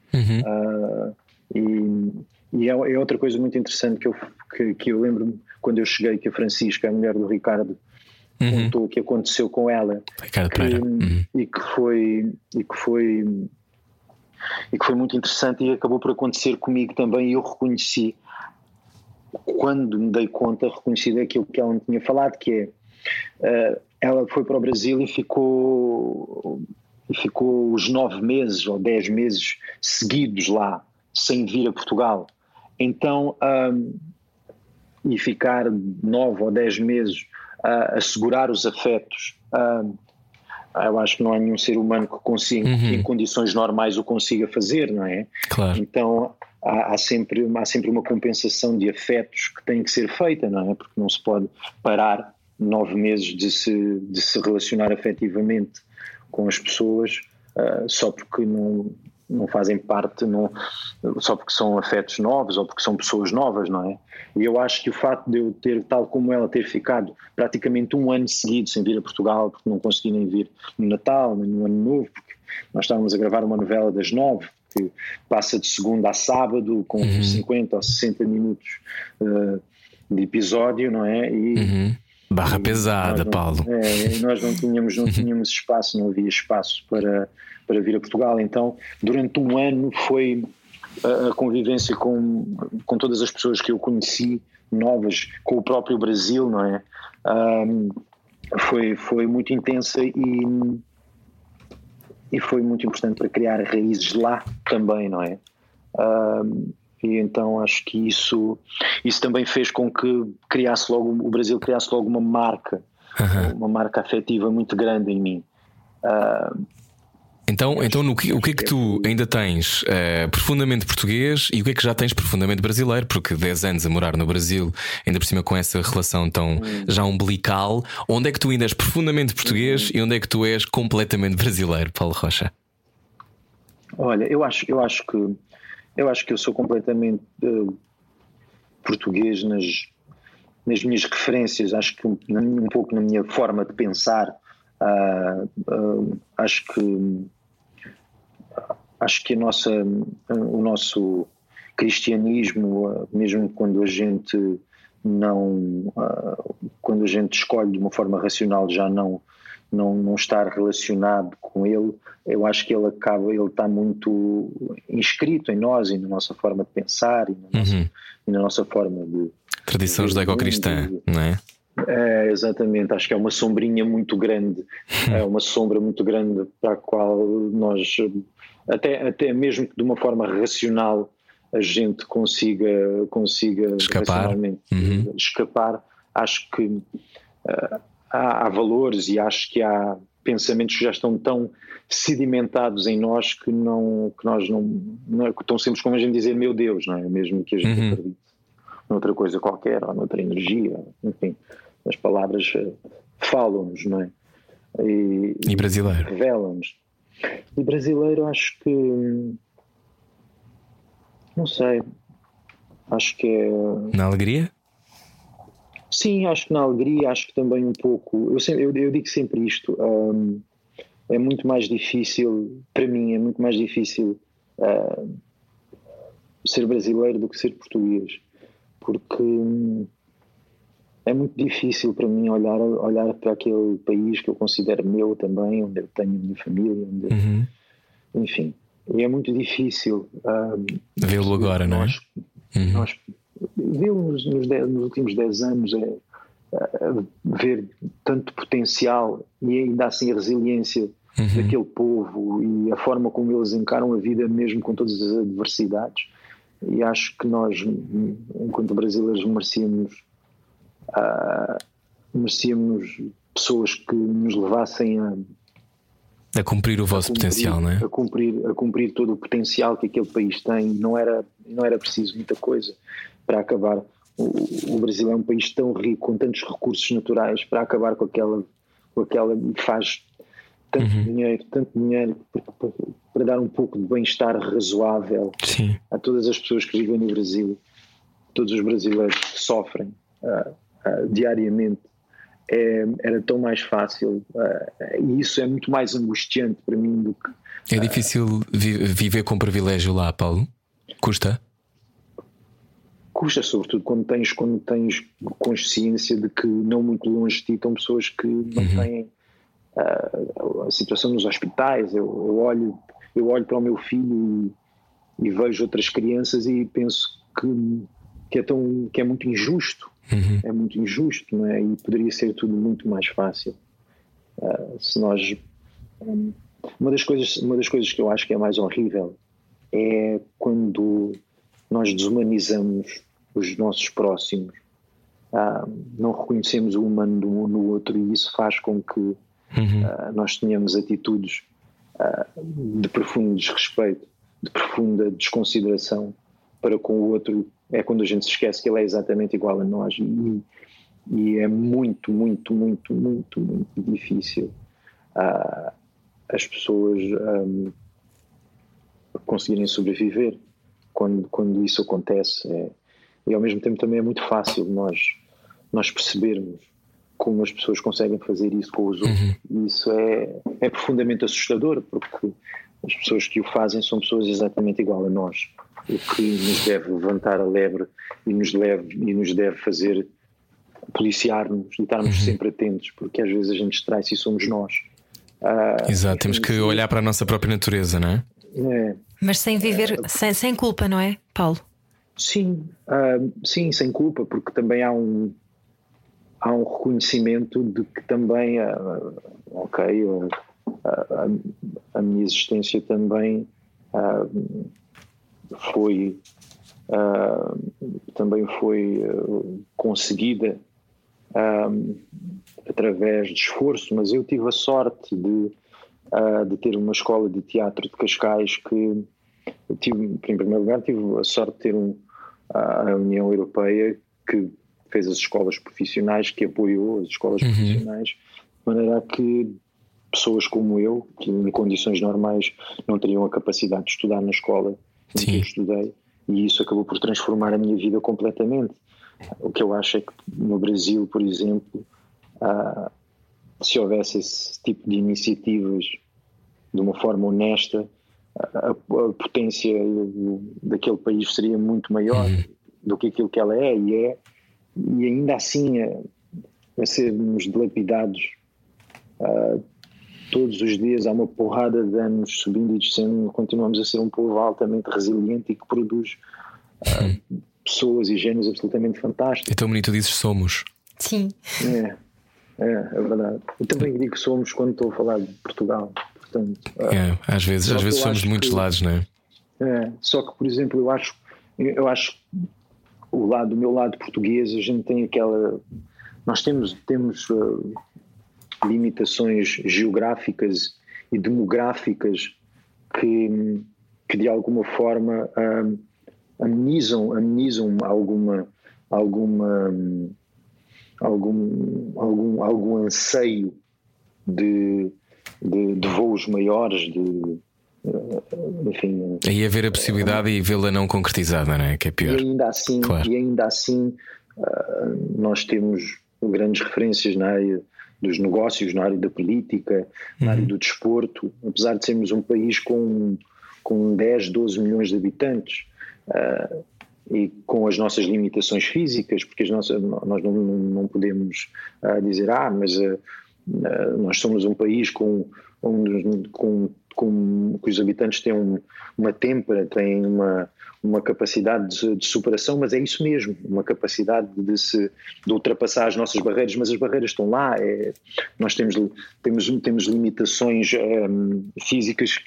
E é outra coisa muito interessante que eu lembro-me quando eu cheguei, que a Francisca, a mulher do Ricardo, contou o que aconteceu com ela, Ricardo Pereira. e que foi muito interessante, e acabou por acontecer comigo também. E eu reconheci, quando me dei conta, reconheci daquilo que ela me tinha falado, que é, ela foi para o Brasil e ficou os 9 meses ou 10 meses seguidos lá, sem vir a Portugal. Então, e ficar 9 ou 10 meses a segurar os afetos, eu acho que não há nenhum ser humano que consiga, que em condições normais o consiga fazer, não é? Claro. Então há sempre uma compensação de afetos que tem que ser feita, não é? Porque não se pode parar 9 meses de se relacionar afetivamente com as pessoas só porque não fazem parte, só porque são afetos novos ou porque são pessoas novas, não é? E eu acho que o facto de eu ter, tal como ela, ter ficado praticamente um ano seguido sem vir a Portugal, porque não consegui nem vir no Natal, nem no Ano Novo, porque nós estávamos a gravar uma novela das 9, que passa de segunda a sábado, com 50 ou 60 minutos de episódio, não é? Barra pesada, Paulo. Nós não tínhamos espaço, não havia espaço para vir a Portugal. Então, durante um ano foi a convivência com todas as pessoas que eu conheci, novas, com o próprio Brasil, não é? Foi muito intensa e foi muito importante para criar raízes lá também, não é? E então acho que isso também fez com que o Brasil criasse logo uma marca afetiva muito grande em mim. Então o que é que tu ainda tens profundamente português e o que é que já tens profundamente brasileiro? Porque 10 anos a morar no Brasil, ainda por cima com essa relação tão já umbilical, onde é que tu ainda és profundamente português e onde é que tu és completamente brasileiro, Paulo Rocha? Olha, eu acho que eu sou completamente português nas minhas referências. Acho que um pouco na minha forma de pensar. Acho que o nosso cristianismo, mesmo quando a gente quando a gente escolhe de uma forma racional já não estar relacionado com ele, eu acho que ele está muito inscrito em nós e na nossa forma de pensar e na nossa forma de tradição judaico-cristã, não é? Exatamente, acho que é uma sombrinha muito grande, é uma sombra muito grande para a qual nós, até mesmo que de uma forma racional, a gente consiga escapar. Escapar. Acho que há valores e acho que há pensamentos que já estão tão sedimentados em nós que nós não é tão simples como a gente dizer meu Deus, não é? Mesmo que a gente acredite noutra coisa qualquer ou noutra energia, enfim, as palavras falam-nos, não é? E brasileiro? Revelam-nos. E brasileiro, acho que não sei, acho que é na alegria? Sim, acho que na alegria, acho que também um pouco. Eu digo sempre isto: é muito mais difícil, para mim, é muito mais difícil ser brasileiro do que ser português, porque é muito difícil para mim olhar para aquele país que eu considero meu também, onde eu tenho a minha família, enfim, e é muito difícil vê-lo agora, não é? Nós vê-lo nos últimos 10 anos, ver tanto potencial e ainda assim a resiliência daquele povo e a forma como eles encaram a vida mesmo com todas as adversidades. E acho que nós, enquanto brasileiros, merecíamos pessoas que nos levassem a cumprir o vosso potencial, não é? A cumprir todo o potencial que aquele país tem. Não era preciso muita coisa para acabar. O Brasil é um país tão rico, com tantos recursos naturais, para acabar com aquela faz tanto dinheiro para dar um pouco de bem-estar razoável a todas as pessoas que vivem no Brasil, todos os brasileiros que sofrem diariamente era tão mais fácil, e isso é muito mais angustiante para mim do que. É difícil viver com privilégio lá, Paulo? Custa? Custa, sobretudo quando tens consciência de que não muito longe de ti estão pessoas que não têm a situação nos hospitais. Eu olho para o meu filho e vejo outras crianças e penso que é muito injusto. É muito injusto, não é? E poderia ser tudo muito mais fácil se nós. Uma das coisas que eu acho que é mais horrível é quando nós desumanizamos os nossos próximos, não reconhecemos o humano no outro, e isso faz com que nós tenhamos atitudes de profundo desrespeito, de profunda desconsideração para com o outro. É quando a gente se esquece que ele é exatamente igual a nós, e é muito, muito, muito, muito, muito difícil as pessoas conseguirem sobreviver quando isso acontece. E ao mesmo tempo também é muito fácil nós percebermos como as pessoas conseguem fazer isso com os outros. E isso é profundamente assustador, porque as pessoas que o fazem são pessoas exatamente igual a nós, o que nos deve levantar a lebre e nos deve fazer policiar-nos e estarmos sempre atentos, porque às vezes a gente distrai-se e somos nós. Exato, temos que olhar para a nossa própria natureza, não é? Mas sem viver, sem culpa, não é, Paulo? Sim, sem culpa, porque também há um reconhecimento de que também, a minha existência também foi conseguida através de esforço, mas eu tive a sorte de ter uma escola de teatro de Cascais que em primeiro lugar tive a sorte de ter a União Europeia que fez as escolas profissionais, que apoiou as escolas profissionais, de maneira a que pessoas como eu, que em condições normais não teriam a capacidade de estudar na escola em que eu estudei, e isso acabou por transformar a minha vida completamente. O que eu acho é que no Brasil, por exemplo, se houvesse esse tipo de iniciativas de uma forma honesta, a potência daquele país seria muito maior do que aquilo que ela é, e ainda assim a sermos dilapidados todos os dias. Há uma porrada de anos subindo e descendo, continuamos a ser um povo altamente resiliente e que produz pessoas e géneros absolutamente fantásticos. Então, bonito, dizes somos. Sim. É verdade. Eu também digo somos quando estou a falar de Portugal. Portanto, às vezes somos de muitos lados, não é? Só que, por exemplo, eu acho o meu lado português, a gente tem nós temos limitações geográficas e demográficas que de alguma forma amenizam algum anseio de voos maiores, enfim. Aí haver a possibilidade e vê-la não concretizada, não é? Que é pior. E ainda assim, nós temos grandes referências na área dos negócios, na área da política, na área do desporto, apesar de sermos um país com 10, 12 milhões de habitantes, e com as nossas limitações físicas, porque nós não podemos dizer mas nós somos um país que os habitantes têm uma têmpera, têm uma capacidade de superação, mas é isso mesmo, uma capacidade de ultrapassar as nossas barreiras, mas as barreiras estão lá. Nós temos limitações físicas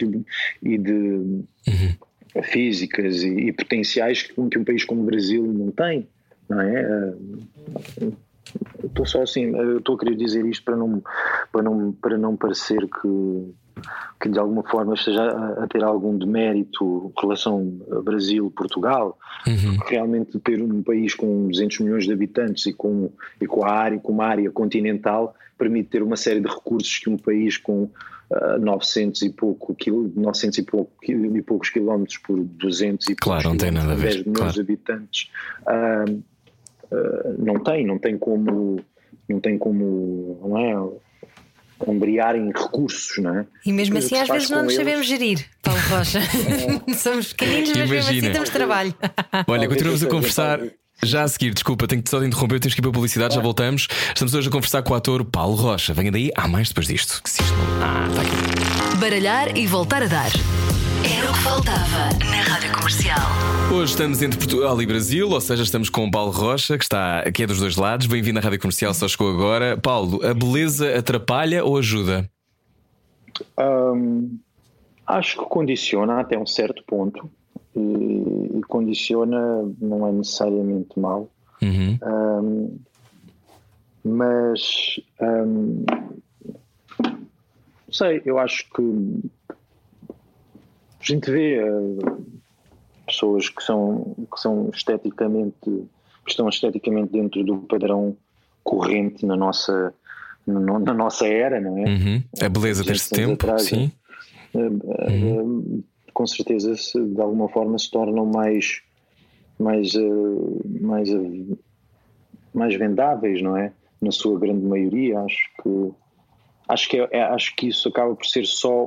físicas e potenciais que um país como o Brasil não tem, não é? Estou só assim, eu estou a querer dizer isto para não parecer que de alguma forma esteja a ter algum demérito em relação a Brasil-Portugal, porque realmente ter um país com 200 milhões de habitantes e com uma área continental permite ter uma série de recursos que um país com 900 e poucos quilómetros por 200 e poucos não tem nada a ver. 10 milhões de habitantes não tem como como, não é, ombrear em recursos, não é? E mesmo assim às vezes não nos sabemos gerir, Paulo Rocha. Somos pequeninos, mas mesmo assim temos trabalho. Olha, continuamos a conversar. Já a seguir, desculpa, tenho só de interromper, temos que ir para a publicidade, já voltamos. Estamos hoje a conversar com o ator Paulo Rocha. Venha daí, há mais depois disto. Que se isto não... está aqui. Baralhar e voltar a dar. Era o que faltava na Rádio Comercial. Hoje estamos entre Portugal e Brasil, ou seja, estamos com o Paulo Rocha, que é dos dois lados. Bem-vindo à Rádio Comercial, só chegou agora. Paulo, a beleza atrapalha ou ajuda? Acho que condiciona até um certo ponto. E condiciona não é necessariamente mau. Mas não sei, eu acho que a gente vê pessoas que estão esteticamente dentro do padrão corrente na nossa era, não é? A beleza deste tempo, atrás, sim. Com certeza de alguma forma se tornam mais vendáveis, não é? Na sua grande maioria. Acho que isso acaba por ser só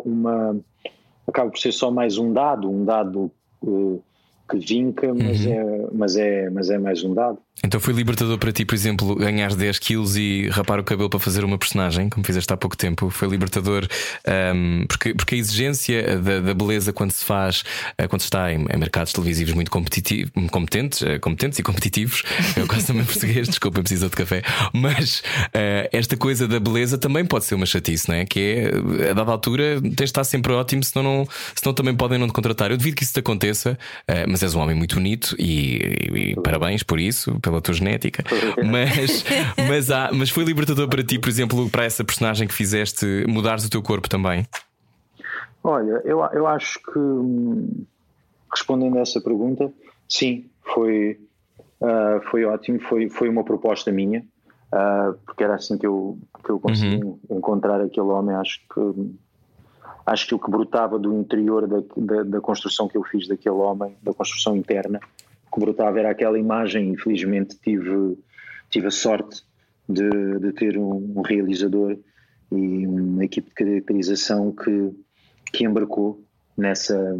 mais um dado que vinca, mas é mais um dado. Então foi libertador para ti, por exemplo, ganhar 10 quilos e rapar o cabelo para fazer uma personagem, como fizeste há pouco tempo? Foi libertador porque a exigência da beleza quando se faz, quando se está em mercados televisivos muito competentes e competitivos, eu quase também português, desculpa, preciso de café, mas esta coisa da beleza também pode ser uma chatice, não é? Que é, a dada altura tens de estar sempre ótimo, senão também podem não te contratar. Eu devido que isso te aconteça, mas és um homem muito bonito e parabéns por isso, pela tua genética. Mas foi libertador para ti, por exemplo, para essa personagem que fizeste, mudares o teu corpo também? Olha, eu acho que, respondendo a essa pergunta, sim, foi ótimo, foi uma proposta minha, porque era assim que eu consegui encontrar aquele homem. Acho que o que brotava do interior da construção que eu fiz daquele homem, da construção interna, o que brotava era aquela imagem. Infelizmente tive a sorte de ter um realizador e uma equipe de caracterização que embarcou nessa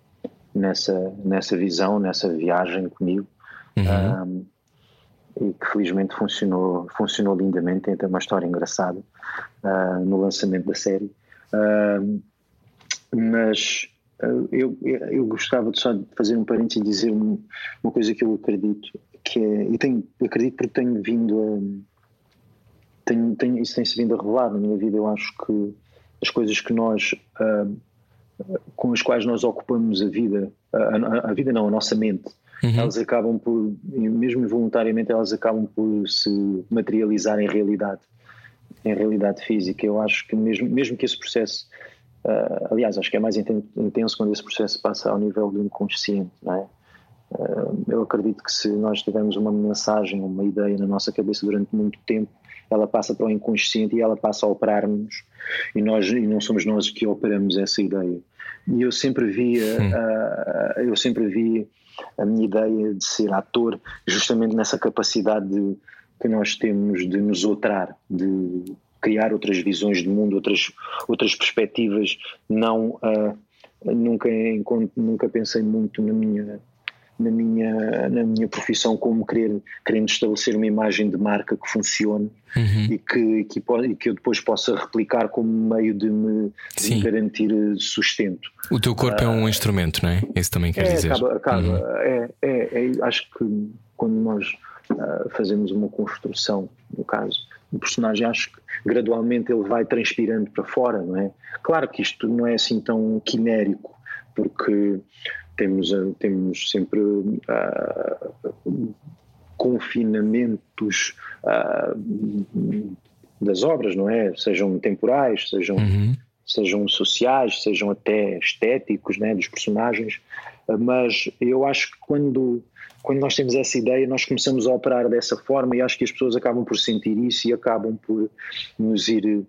visão, nessa viagem comigo, e que felizmente funcionou lindamente. Tem até uma história engraçada no lançamento da série. Mas eu gostava só de fazer um parênteses e dizer uma coisa que eu acredito, que é, acredito porque tenho vindo isso tem-se vindo a revelar na minha vida. Eu acho que as coisas que nós com as quais nós ocupamos a vida não, a nossa mente, elas acabam por, mesmo involuntariamente, elas acabam por se materializar em realidade física. Eu acho que mesmo que esse processo, aliás, acho que é mais intenso quando esse processo passa ao nível do inconsciente, não é? Eu acredito que se nós tivermos uma mensagem, uma ideia na nossa cabeça durante muito tempo, ela passa para o inconsciente e ela passa a operar-nos, e não somos nós que operamos essa ideia. E eu sempre vi a minha ideia de ser ator justamente nessa capacidade que nós temos de nos outrar, de criar outras visões de mundo, outras perspectivas. Nunca pensei muito na minha profissão como querendo estabelecer uma imagem de marca que funcione e que eu depois possa replicar como meio de me garantir sustento. O teu corpo é um instrumento, não é? Isso também quer dizer. Acho que quando nós fazemos uma construção, no caso do personagem, acho que gradualmente ele vai transpirando para fora, não é? Claro que isto não é assim tão quimérico, porque temos sempre confinamentos das obras, não é? Sejam temporais, sejam sociais, sejam até estéticos, né, dos personagens. Mas eu acho que quando nós temos essa ideia, nós começamos a operar dessa forma, e acho que as pessoas acabam por sentir isso e acabam por nos ir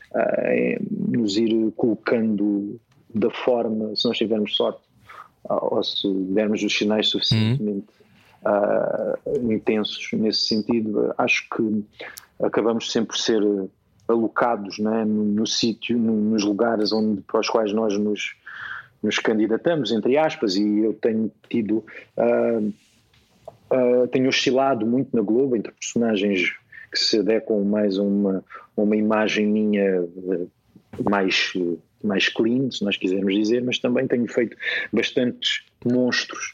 colocando da forma, se nós tivermos sorte, ou se dermos os sinais suficientemente intensos nesse sentido. Acho que acabamos sempre por ser alocados, não é? No sítio, nos lugares para os quais nós nos candidatamos, entre aspas, e eu tenho tido tenho oscilado muito na Globo entre personagens que se adequam mais a uma imagem minha mais clean, se nós quisermos dizer, mas também tenho feito bastantes monstros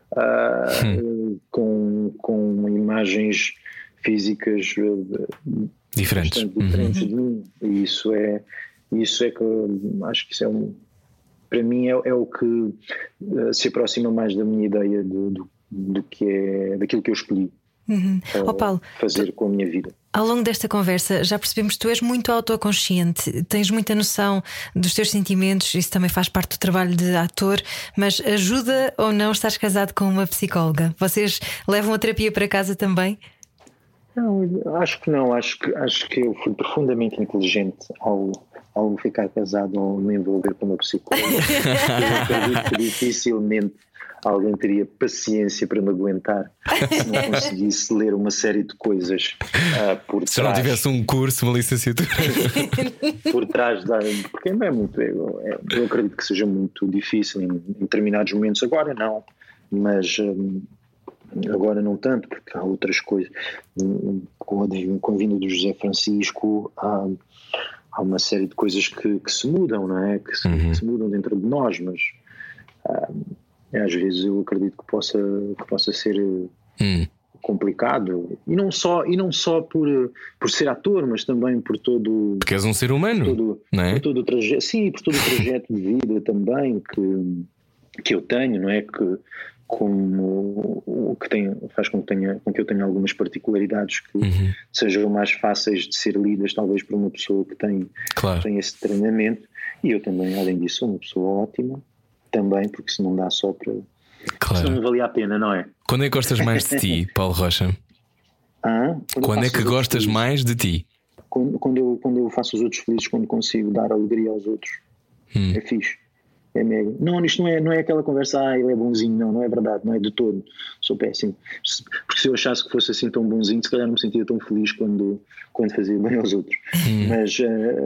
com imagens físicas diferentes de mim, e isso é que acho que isso para mim é o que se aproxima mais da minha ideia daquilo que eu escolhi Paulo, fazer com a minha vida. Ao longo desta conversa já percebemos que tu és muito autoconsciente, tens muita noção dos teus sentimentos, isso também faz parte do trabalho de ator, mas ajuda ou não estás casado com uma psicóloga? Vocês levam a terapia para casa também? Não, acho que não, acho que eu fui profundamente inteligente ao ficar casado ou me envolver com uma psicóloga. Eu acredito que dificilmente alguém teria paciência para me aguentar se não conseguisse ler uma série de coisas por trás. Se não tivesse um curso, uma licenciatura. Por trás porque não é muito. Eu acredito que seja muito difícil em determinados momentos. Agora não, mas agora não tanto, porque há outras coisas. Com a vinda do José Francisco, há uma série de coisas que se mudam, não é? Que se mudam dentro de nós, mas às vezes eu acredito que possa ser complicado, e não só por ser ator, mas também por todo, porque és um ser humano, não é? Por todo o trajeto, sim, por todo o trajeto de vida também que eu tenho, não é? Que faz com que eu tenha algumas particularidades que sejam mais fáceis de ser lidas talvez por uma pessoa que tem esse treinamento, e eu também, além disso, sou uma pessoa ótima também, porque se não dá só para se não valia a pena, não é? Quando é que gostas mais de ti, Paulo Rocha? Quando é que gostas mais de ti? Quando eu faço os outros felizes, quando consigo dar alegria aos outros. É fixe. É mega. Não, isto não é aquela conversa, ele é bonzinho, não é verdade, não é de todo. Sou péssimo. Porque se eu achasse que fosse assim tão bonzinho, se calhar não me sentia tão feliz quando fazia bem aos outros. Mas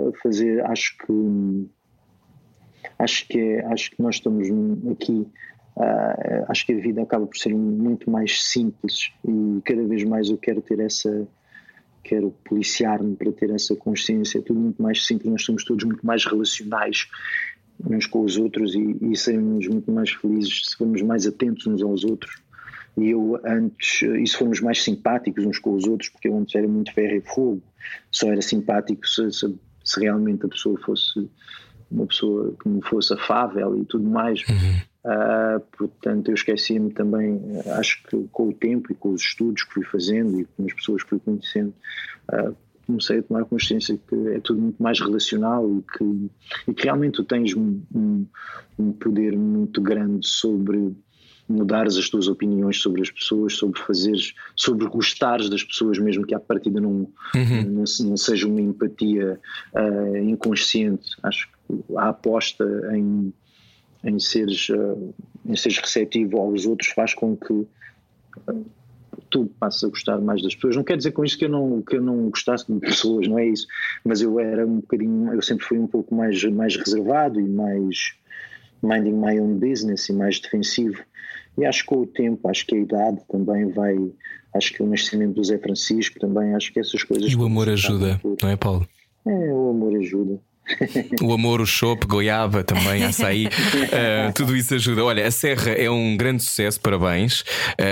acho que nós estamos aqui. Acho que a vida acaba por ser muito mais simples, e cada vez mais eu quero policiar-me para ter essa consciência. É tudo muito mais simples, nós somos todos muito mais relacionais uns com os outros, e seremos muito mais felizes se formos mais atentos uns aos outros. E se formos mais simpáticos uns com os outros, porque eu antes era muito ferro e fogo, só era simpático se realmente a pessoa fosse uma pessoa que me fosse afável e tudo mais. Portanto, eu esqueci-me também, acho que com o tempo e com os estudos que fui fazendo e com as pessoas que fui conhecendo, comecei a tomar consciência que é tudo muito mais relacional, e que realmente tu tens um poder muito grande sobre mudares as tuas opiniões sobre as pessoas, sobre gostares das pessoas, mesmo que à partida não seja uma empatia inconsciente. Acho que a aposta em seres receptivo aos outros faz com que tu passes a gostar mais das pessoas. Não quer dizer com isso que eu não gostasse de pessoas, não é isso, mas eu sempre fui um pouco mais reservado e mais minding my own business e mais defensivo. E acho que com o tempo, acho que a idade também acho que o nascimento do Zé Francisco também, acho que essas coisas. E o amor ajuda, não é, Paulo? O amor ajuda. O amor, o chope, goiaba também, açaí, tudo isso ajuda. Olha, a Serra é um grande sucesso, parabéns.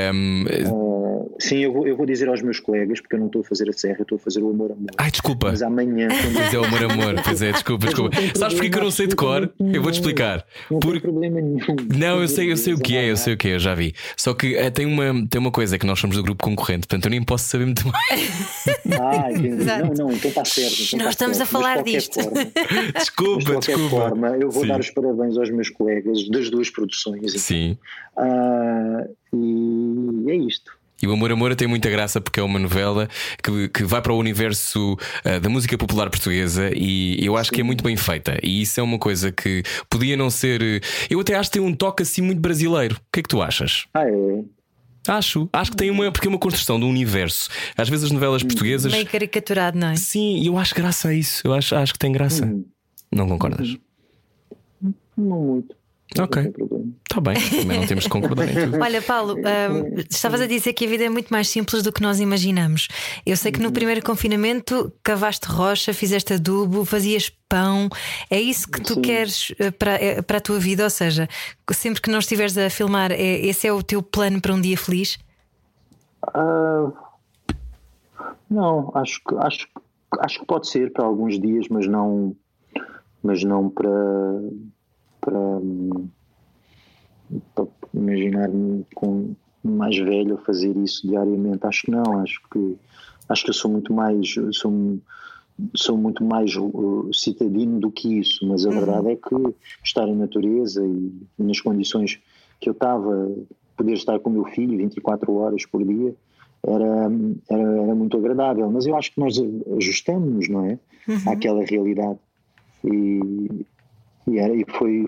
Sim, eu vou dizer aos meus colegas, porque eu não estou a fazer a Serra, eu estou a fazer o Amor Amor. Ai, desculpa. Mas amanhã. Pois é, o Amor Amor. Pois é, desculpa. Sabes porquê que eu não sei de cor? Eu vou-te explicar. Não tem problema nenhum. Não, eu sei o que é, eu já vi. Só que tem uma coisa, que nós somos do grupo concorrente, portanto eu nem posso saber muito mais. Não, então está certo. Nós estamos a falar disto. Desculpa. Forma, eu vou dar os parabéns aos meus colegas das duas produções. Sim. E é isto. E o Amor Amor tem muita graça, porque é uma novela que vai para o universo da música popular portuguesa, e eu acho que é muito bem feita. E isso é uma coisa que podia não ser. Eu até acho que tem um toque assim muito brasileiro. O que é que tu achas? É. Acho que tem porque é uma construção do universo. Às vezes as novelas portuguesas. Meio caricaturado, não é? Sim, eu acho graça a isso. Eu acho que tem graça. Não concordas? Não muito. Ok, está bem, também não temos de concordar em tudo. Olha, Paulo, estavas a dizer que a vida é muito mais simples do que nós imaginamos. Eu sei que no primeiro confinamento cavaste rocha, fizeste adubo, fazias pão. É isso que tu queres para a tua vida? Ou seja, sempre que não estiveres a filmar, esse é o teu plano para um dia feliz? Não, acho que pode ser para alguns dias, mas não para imaginar-me com mais velho a fazer isso diariamente. Acho que não, acho que eu sou muito mais citadino do que isso, mas a verdade é que estar em natureza e nas condições que eu estava, poder estar com o meu filho 24 horas por dia era muito agradável, mas eu acho que nós ajustamos, não é? Àquela realidade e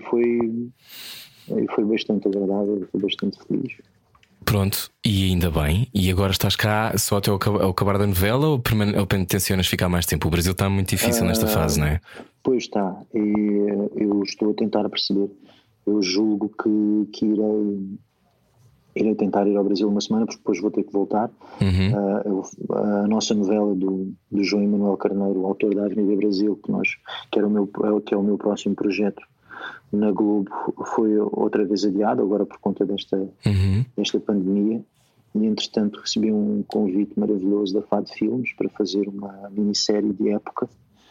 foi bastante agradável, foi bastante feliz. Pronto, e ainda bem. E agora estás cá só até ao acabar da novela ou tencionas ficar mais tempo? O Brasil está muito difícil nesta fase, não é? Pois está, e eu estou a tentar perceber. Eu julgo que irei tentar ir ao Brasil uma semana, porque depois vou ter que voltar. A nossa novela do João Emanuel Carneiro, o autor da Avenida Brasil, que é o meu próximo projeto na Globo, foi outra vez adiado, agora por conta desta pandemia. E entretanto recebi um convite maravilhoso da FAD Filmes para fazer uma minissérie de época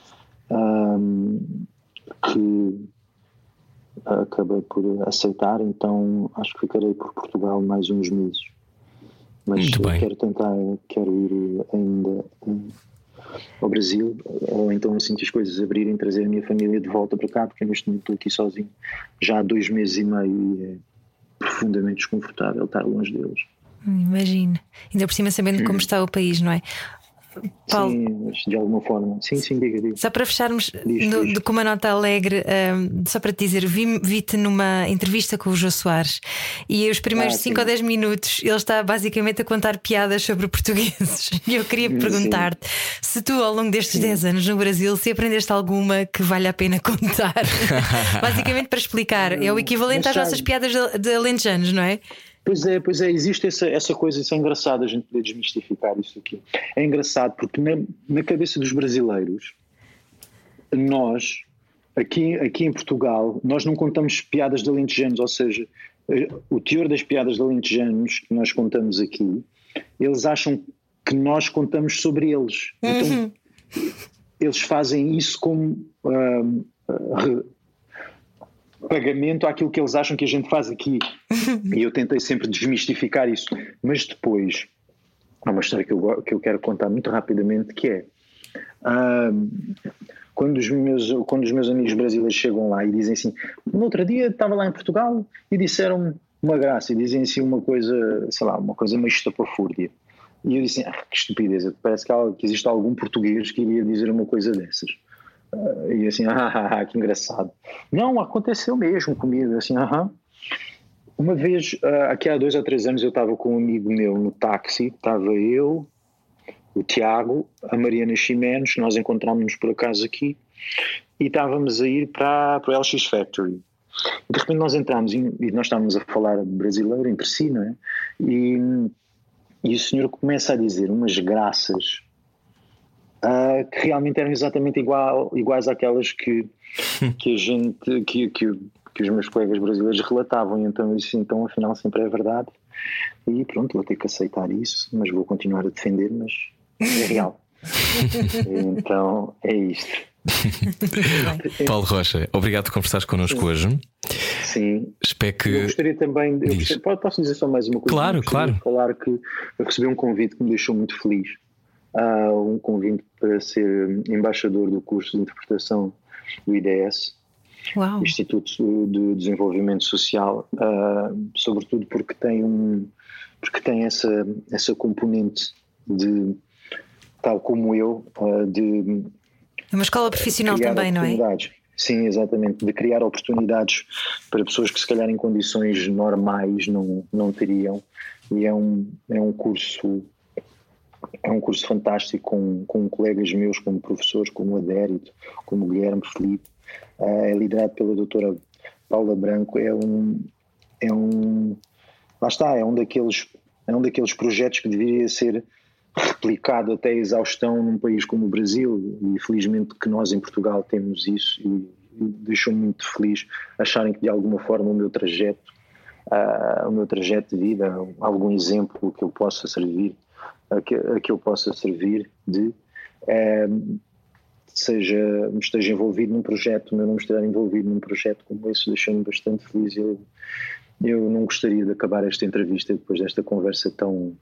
que acabei por aceitar, então acho que ficarei por Portugal mais uns meses. Mas quero ir ainda ao Brasil, ou então assim que as coisas abrirem, trazer a minha família de volta para cá, porque neste momento estou aqui sozinho já há 2 meses e meio e é profundamente desconfortável estar longe deles. Imagino, ainda por cima sabendo como está o país, não é? Paulo, sim, mas de alguma forma. Sim, diga. Só para fecharmos com uma nota alegre, só para te dizer, vi-te numa entrevista com o Jô Soares e os primeiros 5 ou 10 minutos ele está basicamente a contar piadas sobre portugueses. E eu queria perguntar-te se tu, ao longo destes 10 anos no Brasil, se aprendeste alguma que vale a pena contar. Basicamente para explicar, é o equivalente às nossas piadas de alentejanos, não é? Pois é, existe essa coisa, isso é engraçado a gente poder desmistificar isso aqui. É engraçado porque na cabeça dos brasileiros, nós, aqui em Portugal, nós não contamos piadas de alentejanos, ou seja, o teor das piadas de alentejanos que nós contamos aqui, eles acham que nós contamos sobre eles. Então, eles fazem isso como pagamento àquilo que eles acham que a gente faz aqui. E eu tentei sempre desmistificar isso, mas depois há uma história que eu quero contar muito rapidamente, que é quando os meus amigos brasileiros chegam lá e dizem assim, no outro dia estava lá em Portugal e disseram uma graça, e dizem assim uma coisa, sei lá, uma coisa meio estapafúrdia, e eu disse, que estupidez, parece que existe algum português que iria dizer uma coisa dessas. E assim, que engraçado. Não, aconteceu mesmo comigo, assim, Uma vez, aqui há 2 ou 3 anos, eu estava com um amigo meu no táxi, estava eu, o Tiago, a Mariana Ximenes, nós encontrámos-nos por acaso aqui, e estávamos a ir para o LX Factory. E de repente nós entramos e nós estávamos a falar brasileiro entre si, não é? E o senhor começa a dizer umas graças que realmente eram exatamente iguais àquelas que os meus colegas brasileiros relatavam, e então eu disse, então afinal sempre é verdade, e pronto, vou ter que aceitar isso, mas vou continuar a defender, mas é real. Então é isto. Paulo Rocha, obrigado por conversares connosco hoje. Sim. Espero que... Eu gostaria também posso dizer só mais uma coisa? Claro. Falar que eu recebi um convite que me deixou muito feliz. Um convite para ser embaixador do curso de interpretação do IDS, Uau. Instituto de Desenvolvimento Social, sobretudo porque tem essa componente de, tal como eu, de é uma escola profissional também, não é? Sim, exatamente, de criar oportunidades para pessoas que se calhar em condições normais não teriam, e é um curso fantástico com colegas meus, como professores, como o Adérito, como o Guilherme Felipe. É liderado pela doutora Paula Branco. Lá está, é um daqueles projetos que deveria ser replicado até a exaustão num país como o Brasil, e felizmente que nós em Portugal temos isso, e deixou-me muito feliz acharem que de alguma forma o meu trajeto de vida, algum exemplo que eu possa servir, que eu possa servir de, esteja envolvido num projeto. O meu nome estar envolvido num projeto como esse deixou-me bastante feliz. Eu não gostaria de acabar esta entrevista depois desta conversa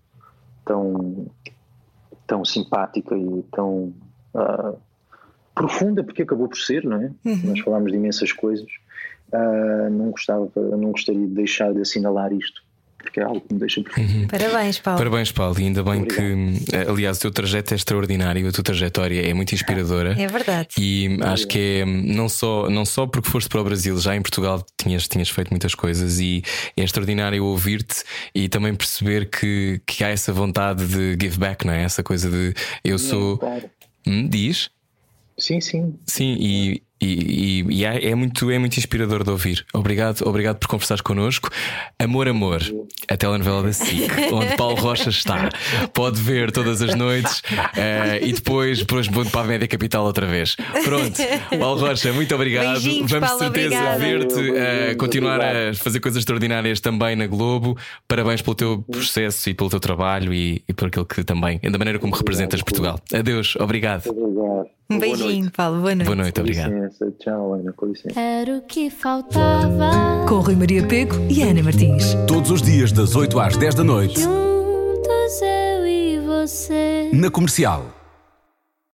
tão simpática e tão profunda, porque acabou por ser, não é? Nós falámos de imensas coisas. Não gostaria de deixar de assinalar isto, porque é algo que me deixa profundo. Parabéns, Paulo. Parabéns, Paulo. E ainda bem Obrigado. que, aliás, o teu trajeto é extraordinário, a tua trajetória é muito inspiradora. É verdade. E acho que é não só porque foste para o Brasil, já em Portugal tinhas feito muitas coisas, e é extraordinário ouvir-te e também perceber que há essa vontade de give back, não é? Essa coisa de eu sou. Claro. Diz? Sim. Sim, e é muito inspirador de ouvir. Obrigado por conversares connosco. Amor, a telenovela da SIC, onde Paulo Rocha está. Pode ver todas as noites, e depois vou para a Média Capital outra vez. Pronto, Paulo Rocha, muito obrigado. Beijinhos, Vamos Paulo, de certeza obrigada. ver-te continuar a fazer coisas extraordinárias também na Globo. Parabéns pelo teu processo e pelo teu trabalho e por aquilo que também, da maneira como representas Portugal. Adeus, obrigado. Obrigado. Um beijinho, Paulo. Boa noite. Boa noite, obrigado. Com licença. Tchau, Ana, com licença. Era o que faltava. Com Rui Maria Pego e Ana Martins. Todos os dias das 8 às 10 da noite Juntos eu e você. na Comercial.